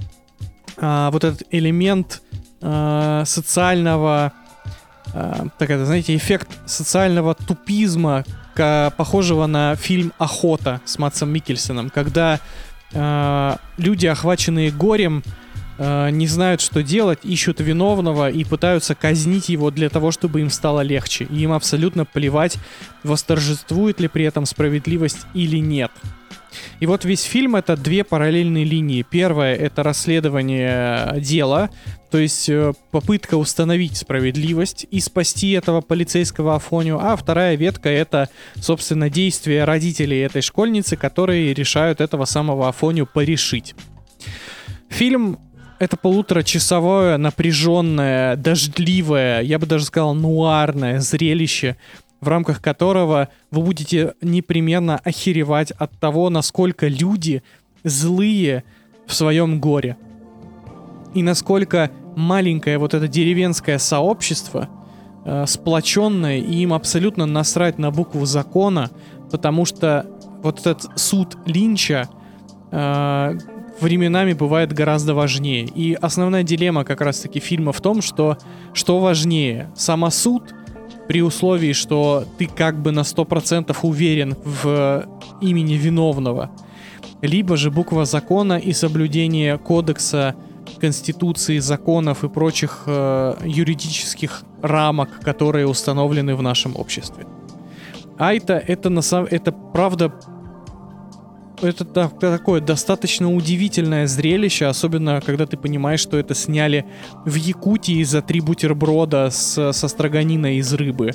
э, вот этот элемент э, социального, э, так это, знаете, эффект социального тупизма, ка- похожего на фильм «Охота» с Мадсом Миккельсеном, когда э, люди, охваченные горем, не знают, что делать, ищут виновного и пытаются казнить его для того, чтобы им стало легче. И им абсолютно плевать, восторжествует ли при этом справедливость или нет. И вот весь фильм — это две параллельные линии. Первая — это расследование дела, то есть попытка установить справедливость и спасти этого полицейского Афоню. А вторая ветка — это, собственно, действия родителей этой школьницы, которые решают этого самого Афоню порешить. Фильм — это полуторачасовое, напряженное, дождливое, я бы даже сказал, нуарное зрелище, в рамках которого вы будете непременно охеревать от того, насколько люди злые в своем горе. И насколько маленькое вот это деревенское сообщество, э, сплоченное, и им абсолютно насрать на букву закона, потому что вот этот суд Линча э, временами бывает гораздо важнее. И основная дилемма как раз-таки фильма в том, что что важнее: самосуд, при условии, что ты как бы на сто процентов уверен в имени виновного, либо же буква закона и соблюдение кодекса, конституции, законов и прочих э, юридических рамок, которые установлены в нашем обществе. Айта — это, на самом, это правда это да, такое достаточно удивительное зрелище, особенно когда ты понимаешь, что это сняли в Якутии за три бутерброда с, со строганиной из рыбы.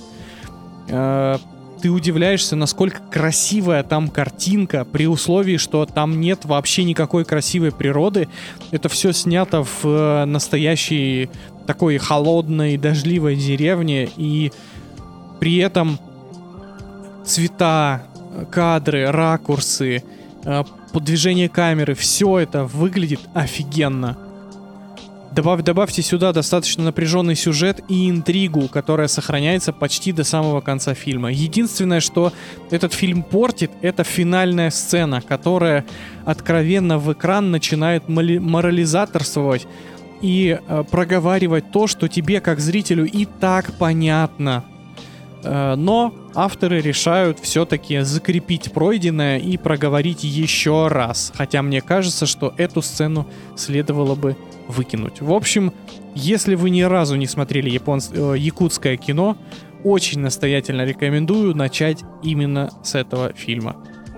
Ты удивляешься, насколько красивая там картинка, при условии, что там нет вообще никакой красивой природы. Это все снято в настоящей такой холодной, дождливой деревне, и при этом цвета, кадры, ракурсы, движение камеры, все это выглядит офигенно. Добав, добавьте сюда достаточно напряженный сюжет и интригу, которая сохраняется почти до самого конца фильма. Единственное, что этот фильм портит, это финальная сцена, которая откровенно в экран начинает морализаторствовать и э, проговаривать то, что тебе, как зрителю, и так понятно. Э, но авторы решают все-таки закрепить пройденное и проговорить еще раз. Хотя мне кажется, что эту сцену следовало бы выкинуть. В общем, если вы ни разу не смотрели японс... э, якутское кино, очень настоятельно рекомендую начать именно с этого фильма.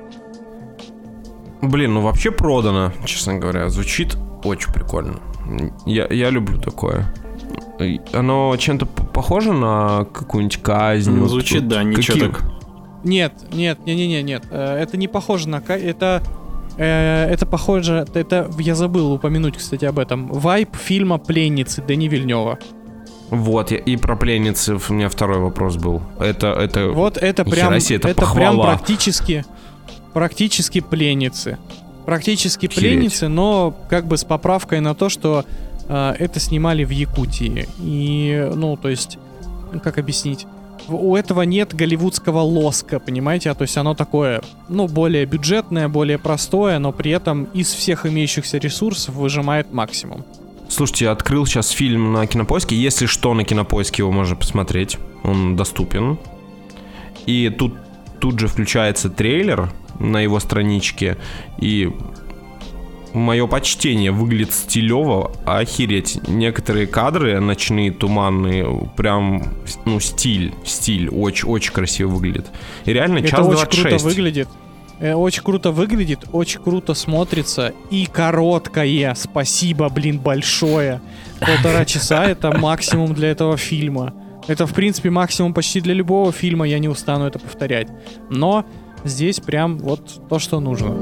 Блин, ну вообще продано, честно говоря. Звучит очень прикольно. Я, я люблю такое. Оно чем-то похоже на какую-нибудь казнь? Ну, звучит, вот, да, ничего каким? так. Нет, нет, не, не, не, нет. Это не похоже на казнь. Это Это похоже, это я забыл упомянуть, кстати, об этом. Вайб фильма «Пленницы» Дэни Вильнёва. Вот, и про пленницы у меня второй вопрос был. Это, это... Вот это прям, себе, это, это похвала. прям практически, практически пленницы. Практически Хереть. пленницы, но как бы с поправкой на то, что э, это снимали в Якутии. И, ну, то есть, как объяснить? У этого нет голливудского лоска, понимаете? А то есть оно такое, ну, более бюджетное, более простое, но при этом из всех имеющихся ресурсов выжимает максимум. Слушайте, я открыл сейчас фильм на Кинопоиске. Если что, на Кинопоиске его можно посмотреть. Он доступен. И тут, тут же включается трейлер на его страничке. И мое почтение, выглядит стилево, охереть. Некоторые кадры ночные, туманные, прям, ну, стиль, стиль, очень-очень красиво выглядит. И реально час двадцать шесть. Это очень круто выглядит. Очень круто выглядит, очень круто смотрится. И короткое. Спасибо, блин, большое. Полтора часа — это максимум для этого фильма. Это, в принципе, максимум почти для любого фильма, я не устану это повторять. Но здесь прям вот то, что нужно.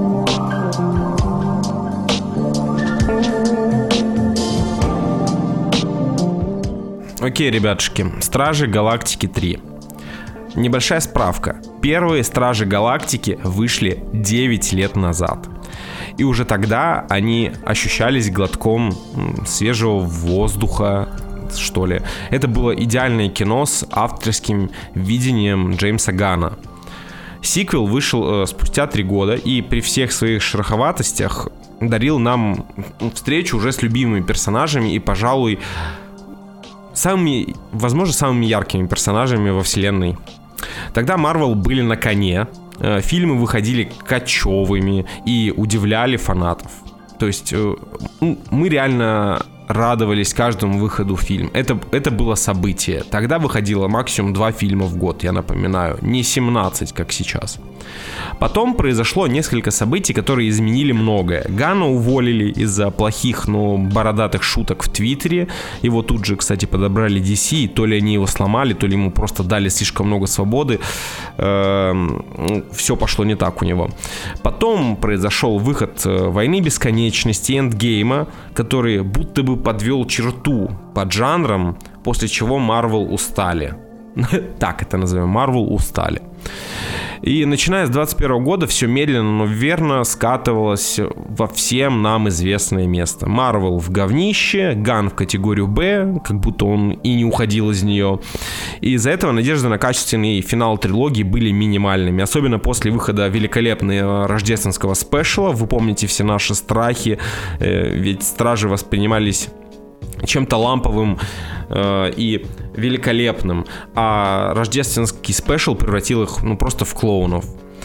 Окей, ребятушки, Стражи Галактики три. Небольшая справка. Первые Стражи Галактики вышли девять лет назад. И уже тогда они ощущались глотком свежего воздуха, что ли. Это было идеальное кино с авторским видением Джеймса Ганна. Сиквел вышел э, спустя три года и при всех своих шероховатостях дарил нам встречу уже с любимыми персонажами и, пожалуй, самыми, возможно, самыми яркими персонажами во вселенной. Тогда Marvel были на коне, э, фильмы выходили кочевыми и удивляли фанатов. То есть э, мы реально радовались каждому выходу фильма. Это, это было событие. Тогда выходило максимум два фильма в год, я напоминаю. Не семнадцать, как сейчас. Потом произошло несколько событий, которые изменили многое. Ганна уволили из-за плохих, но бородатых шуток в Твиттере. Его тут же, кстати, подобрали ди си. И то ли они его сломали, то ли ему просто дали слишком много свободы. Эм, все пошло не так у него. Потом произошел выход «Войны бесконечности», «Эндгейма», который будто бы подвел черту под жанром, после чего Marvel устали. Так это назовем, Marvel устали. И начиная с двадцать первого года все медленно, но верно скатывалось во всем нам известное место. Marvel в говнище, Ганн в категорию Б, как будто он и не уходил из нее. И из-за этого надежды на качественный финал трилогии были минимальными. Особенно после выхода великолепного рождественского спешала. Вы помните все наши страхи, ведь Стражи воспринимались чем-то ламповым э, и великолепным, а рождественский спешл превратил их, ну, просто в клоунов.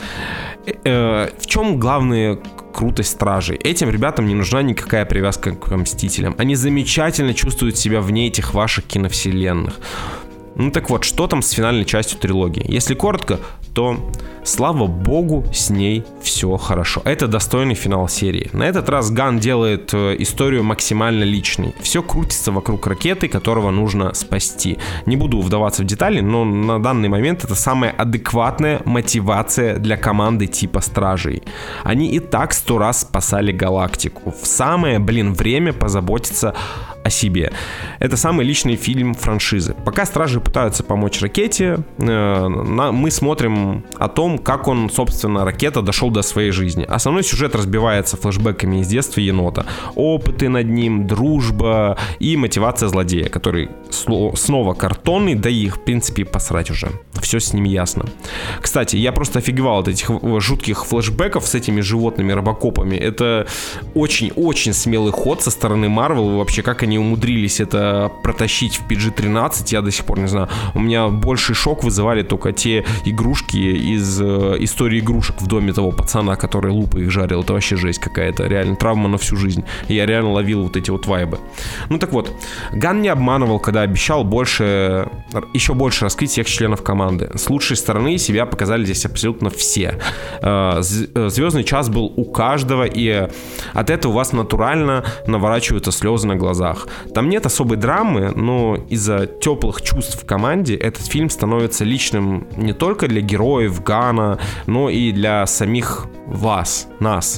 Э, в чем главная крутость Стражей? Этим ребятам не нужна никакая привязка к Мстителям. Они замечательно чувствуют себя вне этих ваших киновселенных. Ну так вот, что там с финальной частью трилогии? Если коротко, то, слава богу, с ней все хорошо. Это достойный финал серии. На этот раз Ганн делает историю максимально личной. Все крутится вокруг ракеты, которого нужно спасти. Не буду вдаваться в детали, но на данный момент это самая адекватная мотивация для команды типа Стражей. Они и так сто раз спасали галактику. В самое, блин, время позаботиться о себе. Это самый личный фильм франшизы. Пока Стражи пытаются помочь ракете, э, на, мы смотрим о том, как он, собственно, ракета дошел до своей жизни. Основной сюжет разбивается флешбэками из детства енота. Опыты над ним, дружба и мотивация злодея, который сло, снова картонный, да и, в принципе, посрать уже. Все с ним ясно. Кстати, я просто офигевал от этих жутких флешбэков с этими животными-робокопами. Это очень-очень смелый ход со стороны Marvel. Вообще, как они умудрились это протащить в пи джи тринадцать, я до сих пор не знаю. У меня больший шок вызывали только те игрушки из э, истории игрушек в доме того пацана, который лупы их жарил. Это вообще жесть какая-то, реально травма на всю жизнь. И я реально ловил вот эти вот вайбы. Ну так вот, Ганн не обманывал, когда обещал больше, еще больше раскрыть всех членов команды. С лучшей стороны себя показали здесь абсолютно все. Э, звездный час был у каждого, и от этого у вас натурально наворачиваются слезы на глазах. Там нет особой драмы, но из-за теплых чувств в команде этот фильм становится личным не только для героев Ганна, но и для самих вас, нас.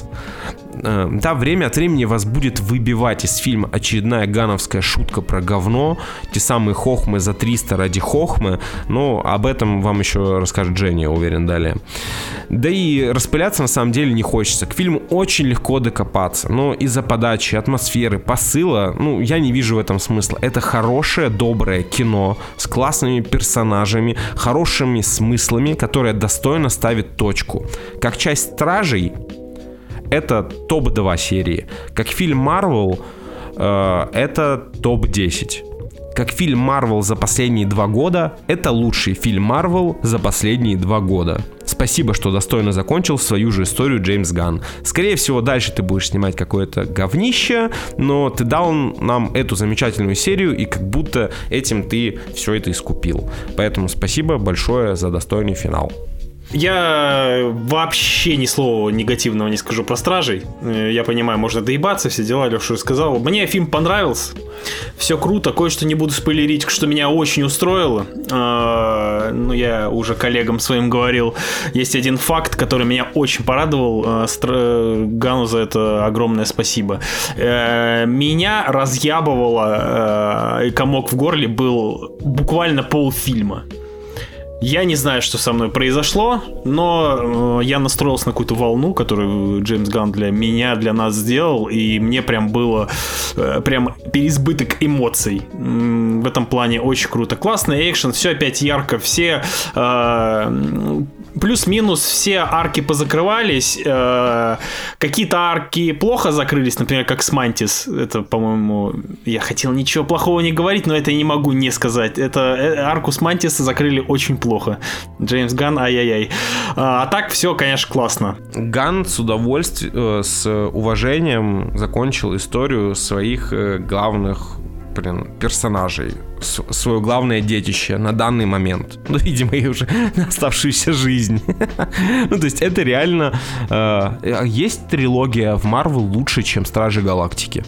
Да, время от времени вас будет выбивать из фильма очередная гановская шутка про говно, те самые хохмы за триста ради хохмы, но об этом вам еще расскажет Женя, я уверен, далее. Да и распыляться на самом деле не хочется. К фильму очень легко докопаться, но из-за подачи, атмосферы, посыла, ну, я не вижу в этом смысла. Это хорошее, доброе кино с классными персонажами, хорошими смыслами, которое достойно ставит точку. Как часть Стражей, это топ два серии. Как фильм Marvel, э, это топ десять. Как фильм Marvel за последние два года, это лучший фильм Marvel за последние два года. Спасибо, что достойно закончил свою же историю Джеймс Ганн. Скорее всего, дальше ты будешь снимать какое-то говнище, но ты дал нам эту замечательную серию, и как будто этим ты все это искупил. Поэтому спасибо большое за достойный финал. Я вообще ни слова негативного не скажу про Стражей. Я понимаю, можно доебаться, все дела, Леша сказал. Мне фильм понравился. Все круто, кое-что не буду спойлерить, что меня очень устроило. А, ну, я уже коллегам своим говорил. Есть один факт, который меня очень порадовал. Стр... Ганну за это огромное спасибо. Меня разъябывало, и комок в горле был буквально полфильма. Я не знаю, что со мной произошло, но э, я настроился на какую-то волну, которую Джеймс Ганн для меня, для нас сделал, и мне прям было э, прям переизбыток эмоций. М-м, в этом плане очень круто. Классный экшен, все опять ярко, все... Э, плюс-минус все арки позакрывались. Э, какие-то арки плохо закрылись, например, как с Мантис. Это, по-моему, я хотел ничего плохого не говорить, но это я не могу не сказать. Это э, арку с Мантис закрыли очень плохо. Джеймс Ганн, ай-яй-яй. А, а так все, конечно, классно. Ганн с удовольствием, э, с уважением закончил историю своих э, главных, блин, персонажей. С- свое главное детище на данный момент. Ну, видимо, и уже на оставшуюся жизнь. Ну, то есть это реально... Э, есть трилогия в Marvel лучше, чем Стражи Галактики?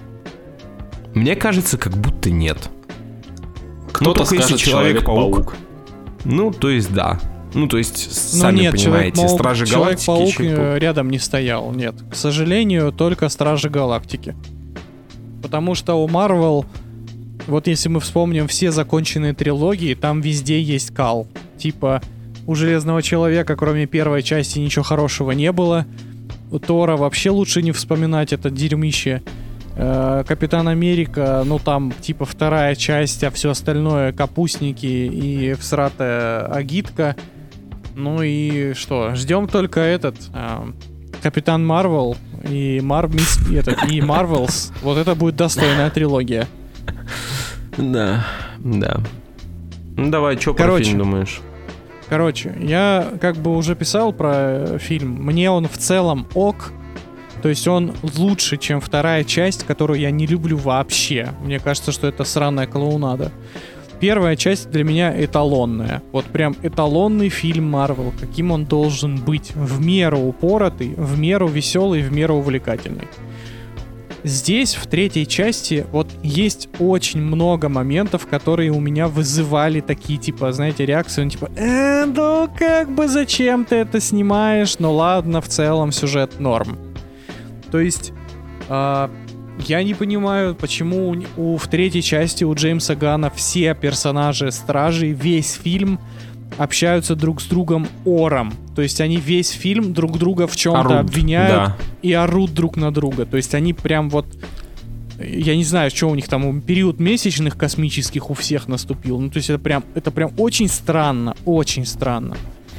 Мне кажется, как будто нет. Кто-то ну, скажет Человек-паук. Человек-паук. Ну, то есть, да. Ну, то есть, ну, сами нет, понимаете, Стражи Галактики... Человек-паук Человек-паук рядом не стоял, нет. К сожалению, только Стражи Галактики. Потому что у Marvel, вот если мы вспомним все законченные трилогии, там везде есть кал. Типа, у Железного Человека, кроме первой части, ничего хорошего не было. У Тора вообще лучше не вспоминать это дерьмище. Капитан Америка, ну там типа вторая часть, а все остальное капустники и всратая агитка. Ну и что, ждем только этот э, Капитан Марвел и Мар... и, этот, и Марвелс. Вот это будет достойная трилогия. Да, да. Ну давай, что про фильм думаешь? Короче, я как бы уже писал про фильм. Мне он в целом ок. То есть он лучше, чем вторая часть, которую я не люблю вообще. Мне кажется, что это сраная клоунада. первая часть для меня эталонная. Вот прям эталонный фильм Marvel, каким он должен быть. В меру упоротый, в меру веселый, в меру увлекательный. Здесь, в третьей части, вот есть очень много моментов, которые у меня вызывали такие, типа, знаете, реакции, ну, типа, э, ну как бы зачем ты это снимаешь? Ну ладно, в целом сюжет норм. То есть, э, я не понимаю, почему у, у, в третьей части у Джеймса Ганна все персонажи Стражей, весь фильм общаются друг с другом ором. То есть они весь фильм друг друга в чем-то орут, обвиняют, да, и орут друг на друга. То есть они прям вот... Я не знаю, что у них там период месячных космических у всех наступил. Ну, то есть это прям, это прям очень странно. Очень странно.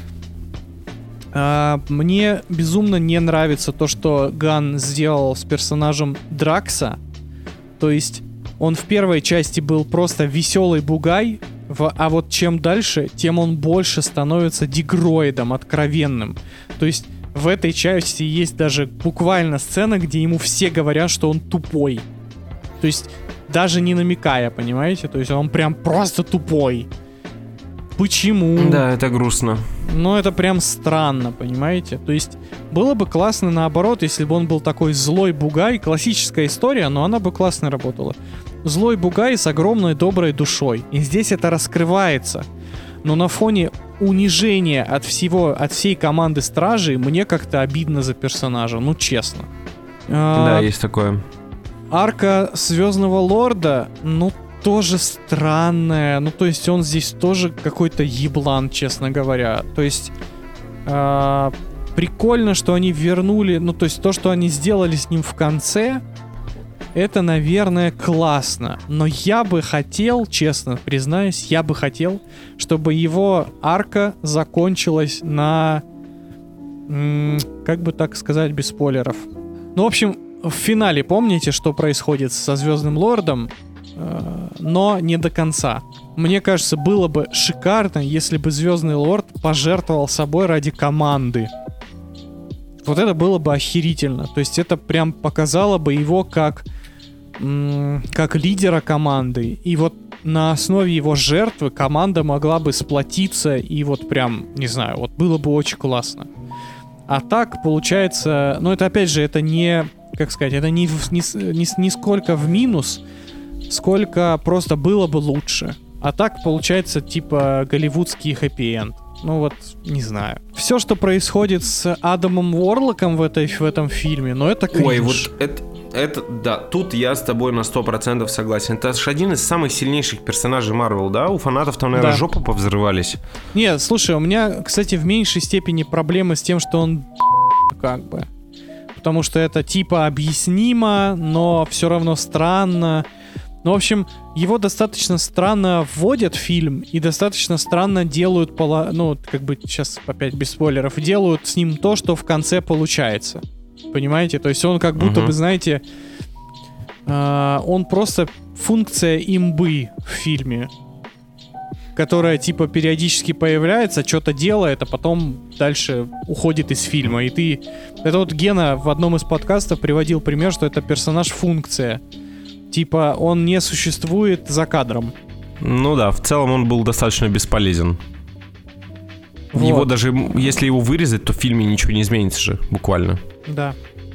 А, мне безумно не нравится то, что Ганн сделал с персонажем Дракса. То есть он в первой части был просто веселый бугай, в, а вот чем дальше, тем он больше становится дегроидом, откровенным. То есть в этой части есть даже буквально сцена, где ему все говорят, что он тупой. То есть даже не намекая, понимаете? То есть он прям просто тупой. Почему? Да, это грустно. Ну, это прям странно, понимаете? То есть было бы классно наоборот, если бы он был такой злой бугай. Классическая история, но она бы классно работала. Злой бугай с огромной доброй душой. И здесь это раскрывается. Но на фоне унижения от всего, от всей команды Стражей, мне как-то обидно за персонажа, ну честно. Да, а, есть такое. Арка Звездного Лорда, ну, тоже странная. Ну, то есть он здесь тоже какой-то еблан, честно говоря. То есть э, прикольно, что они вернули... Ну, то есть то, что они сделали с ним в конце, это, наверное, классно. Но я бы хотел, честно признаюсь, я бы хотел, чтобы его арка закончилась на... М- как бы так сказать, без спойлеров. Ну, в общем, в финале помните, что происходит со Звездным Лордом? Но не до конца. Мне кажется, было бы шикарно, если бы Звездный Лорд пожертвовал собой ради команды. Вот это было бы охерительно. То есть это прям показало бы его как, м- как лидера команды. И вот на основе его жертвы команда могла бы сплотиться. И вот прям, не знаю, вот было бы очень классно. А так получается... Ну это опять же, это не... Как сказать, это не, не, не, не сколько в минус, сколько просто было бы лучше. А так получается типа голливудский хэппи-энд. Ну вот, не знаю. Все, что происходит с Адамом Уорлоком в, этой, в этом фильме, ну это кринж. Ой, вот это, это, да, тут я с тобой на сто процентов согласен. Это же один из самых сильнейших персонажей Марвел, да? У фанатов там, наверное, да. жопы повзрывались. Нет, слушай, у меня, кстати, в меньшей степени проблемы с тем, что он как бы... Потому что это типа объяснимо, но все равно странно. Ну, в общем, его достаточно странно вводят в фильм и достаточно странно делают, поло... ну, как бы сейчас опять без спойлеров, делают с ним то, что в конце получается. Понимаете? То есть он как будто uh-huh. бы, знаете, э, он просто функция имбы в фильме, которая типа периодически появляется, что-то делает, а потом дальше уходит из фильма. И ты... Это вот Гена в одном из подкастов приводил пример, что это персонаж-функция. Типа он не существует за кадром. Ну да, в целом он был достаточно бесполезен. Вот. Его даже, если его вырезать, то в фильме ничего не изменится же, буквально. Да.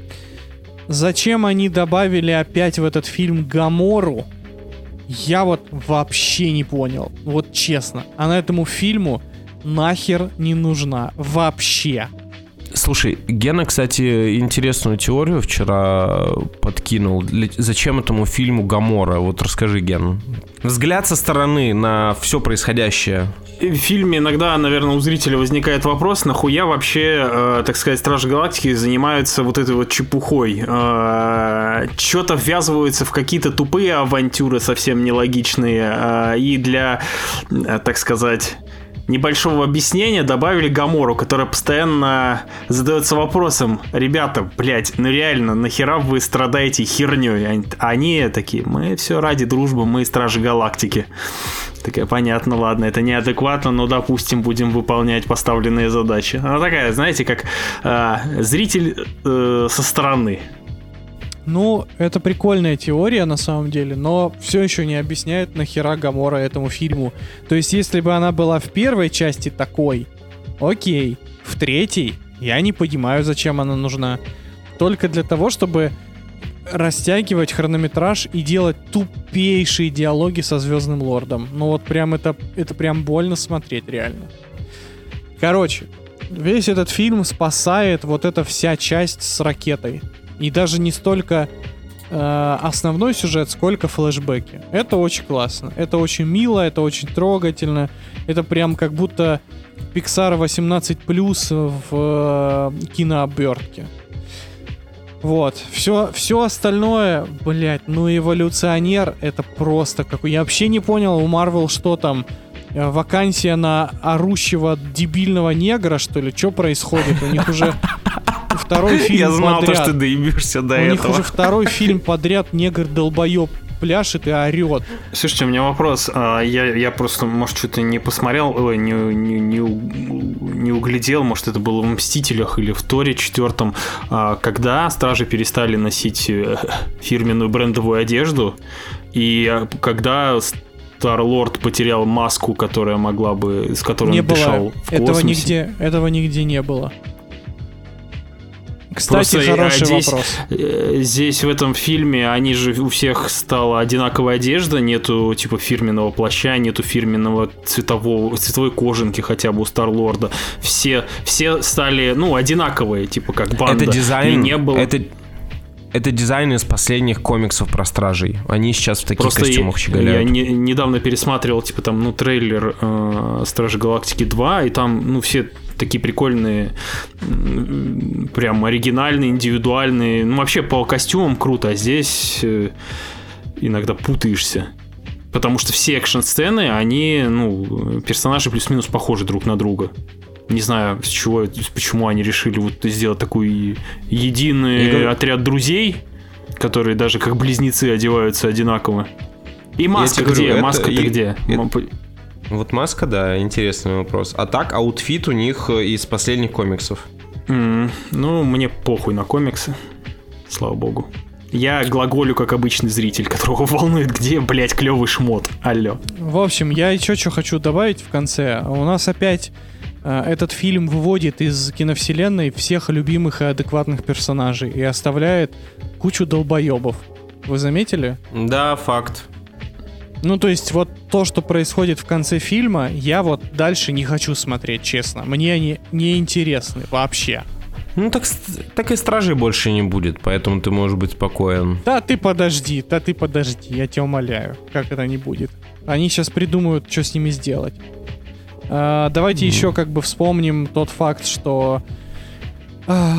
Зачем они добавили опять в этот фильм Гамору? Я вот вообще не понял. Вот честно. Она этому фильму нахер не нужна. Вообще. Слушай, Гена, кстати, интересную теорию вчера подкинул. Зачем этому фильму Гамора? Вот расскажи, Ген. Взгляд со стороны на все происходящее. В фильме иногда, наверное, у зрителя возникает вопрос, нахуя вообще, э, так сказать, Стражи Галактики занимаются вот этой вот чепухой. Э, Что-то ввязываются в какие-то тупые авантюры, совсем нелогичные. Э, и для, э, так сказать... небольшого объяснения добавили Гамору, которая постоянно задается вопросом: ребята, блять, ну реально, нахера вы страдаете херней? Они, они такие: мы все ради дружбы, мы Стражи Галактики. Такая: понятно, ладно, это неадекватно, но, допустим, будем выполнять поставленные задачи. Она такая, знаете, как э, зритель э, со стороны. Ну, это прикольная теория на самом деле, но все еще не объясняет, нахера Гамора этому фильму. То есть, если бы она была в первой части такой, окей. В третьей я не понимаю, зачем она нужна. Только для того, чтобы растягивать хронометраж и делать тупейшие диалоги со Звездным Лордом. Ну вот прям это, это прям больно смотреть реально. Короче, весь этот фильм спасает вот эта вся часть с ракетой. И даже не столько э, основной сюжет, сколько флешбеки. Это очень классно. Это очень мило, это очень трогательно. Это прям как будто Pixar восемнадцать плюс в э, кинообертке. Вот. Все, все остальное, блять, ну эволюционер, это просто какой... Я вообще не понял у Marvel, что там, вакансия на орущего дебильного негра, что ли? Что происходит? У них уже второй фильм Я знал подряд. то, что ты доебешься до у этого. У них уже второй фильм подряд негр-долбоеб пляшет и орет. Слушайте, у меня вопрос. Я, я просто, может, что-то не посмотрел, ой, не, не, не, не углядел, может, это было в «Мстителях» или в «Торе» четвертом, когда стражи перестали носить фирменную брендовую одежду, и когда Стар-Лорд потерял маску, которая могла бы, с которой не он было. дышал в этого космосе. Нигде, этого нигде не было. Кстати, Просто хороший здесь, вопрос. Здесь в этом фильме они же у всех стала одинаковая одежда, нету типа фирменного плаща, нету фирменного цветового цветовой кожанки хотя бы у Стар-Лорда. Все все стали ну одинаковые, типа как банда. Это дизайн. И не было. Это Это дизайн из последних комиксов про стражей. Они сейчас в таких Просто костюмах я, щеголяют. Я не, недавно пересматривал, типа, там, ну, трейлер э, Стражи Галактики два, и там, ну, все такие прикольные, прям оригинальные, индивидуальные. Ну, вообще, по костюмам круто, а здесь э, иногда путаешься. Потому что все экшн-сцены, они, ну, персонажи плюс-минус похожи друг на друга. Не знаю, с чего, почему они решили вот сделать такой единый Игорь... отряд отряд друзей, которые даже как близнецы одеваются одинаково. И маска где? Говорю, Маска-то это... где? Это... Вот маска, да, интересный вопрос. А так, аутфит у них из последних комиксов. Mm, ну, мне похуй на комиксы, слава богу. Я глаголю как обычный зритель, которого волнует, где, блядь, клевый шмот. Алло. В общем, я еще что хочу добавить в конце. У нас опять э, этот фильм выводит из киновселенной всех любимых и адекватных персонажей и оставляет кучу долбоебов. Вы заметили? Да, факт. Ну, то есть, вот то, что происходит в конце фильма, я вот дальше не хочу смотреть, честно. Мне они не интересны вообще. Ну, так, так и стражей больше не будет, поэтому ты можешь быть спокоен. Да ты подожди, да ты подожди, я тебя умоляю. Как это не будет? Они сейчас придумают, что с ними сделать. А, давайте mm. еще как бы вспомним тот факт, что... А,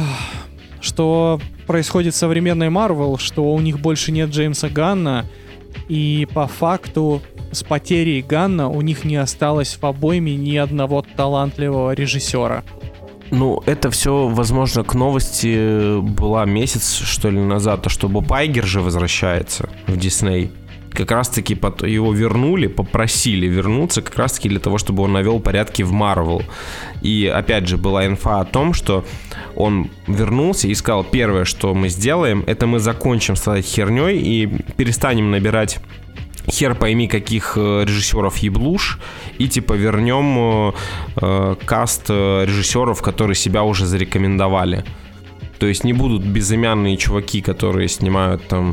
что происходит в современной Marvel, что у них больше нет Джеймса Ганна, и по факту с потерей Ганна у них не осталось в обойме ни одного талантливого режиссера. Ну, это все, возможно, к новости была месяц, что ли, назад, то, что Боб Айгер же возвращается в Дисней. Как раз-таки его вернули, попросили вернуться, как раз-таки для того, чтобы он навел порядки в Marvel. И, опять же, была инфа о том, что он вернулся и сказал, первое, что мы сделаем, это мы закончим с этой херней и перестанем набирать хер пойми каких режиссеров еблуш и типа вернем э, каст режиссеров, которые себя уже зарекомендовали. То есть не будут безымянные чуваки, которые снимают там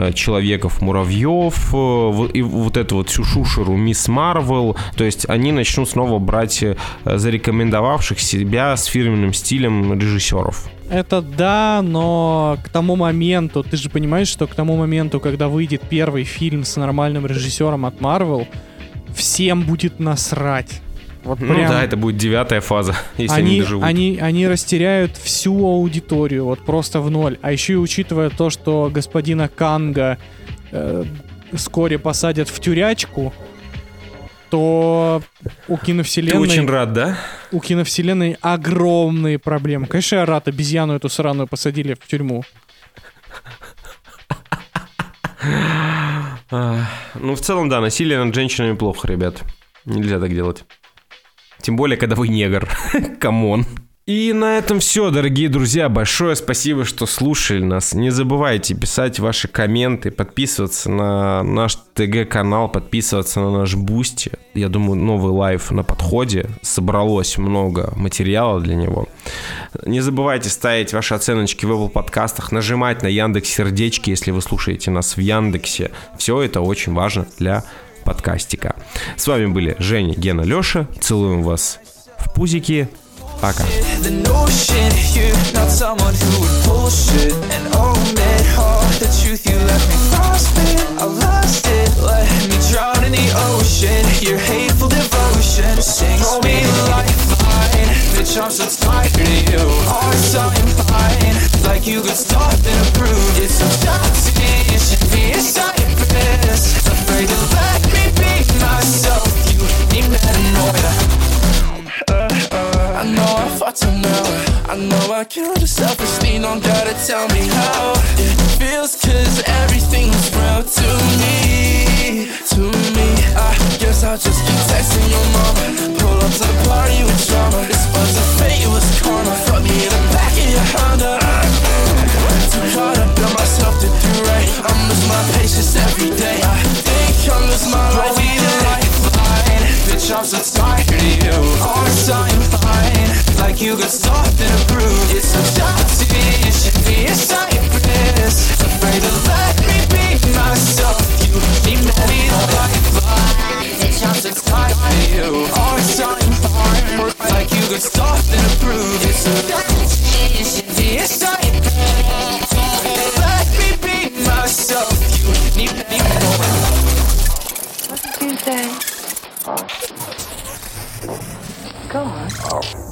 Человеков-муравьев и вот эту вот всю шушеру Мисс Марвел. То есть они начнут снова брать зарекомендовавших себя с фирменным стилем режиссеров. Это да, но к тому моменту, ты же понимаешь, что к тому моменту, когда выйдет первый фильм с нормальным режиссером от Marvel, всем будет насрать. Вот ну прям... да, это будет девятая фаза, если они, они доживут. Они, они растеряют всю аудиторию, вот просто в ноль. А еще и учитывая то, что господина Канга э, вскоре посадят в тюрячку, то у киновселенной... Ты очень рад, да? У киновселенной огромные проблемы. Конечно, я рад, обезьяну эту сраную посадили в тюрьму. Ну, в целом, да, насилие над женщинами плохо, ребят. Нельзя так делать. Тем более, когда вы негр. Камон. И на этом все, дорогие друзья. Большое спасибо, что слушали нас. Не забывайте писать ваши комменты, подписываться на наш ТГ-канал, подписываться на наш Бусти. Я думаю, новый лайв на подходе. Собралось много материала для него. Не забывайте ставить ваши оценочки в Apple подкастах, нажимать на Яндекс сердечки, если вы слушаете нас в Яндексе. Все это очень важно для подкастика. С вами были Женя, Гена, Леша. Целуем вас в пузики. Пока. The notion you're not someone who would bullshit and own it all. The truth, you left me frostbit. I lost it, let me drown in the ocean. Your hateful devotion sinks me like fine. Bitch, I'm so tired of you. Always talking fine, like you could stop and approve. It's so toxic, it should be a cypress. Afraid to let me be myself. You need metanoia. I know I fucked up now. I know I killed your self-esteem. Don't gotta tell me how it feels, cause everything was real to me. To me, I guess I'll just keep texting your mama. Pull up to the party with drama. This wasn't fate, it was karma. Fuck me in the back of your Honda. Too caught up in myself to do right. I'm losing my patience every day. I think I'm losing my life. Bitch, I'm so tired of you. Always talking fine, like you got something to prove. It's so toxic, it should be a cypress. Afraid to let me be myself. You need me lifeline. Bitch, I'm so tired of you. Always talking fine, like you got something to prove. It's so toxic, it should be a cypress. Let me be myself. You need me more. What did you say? Go on.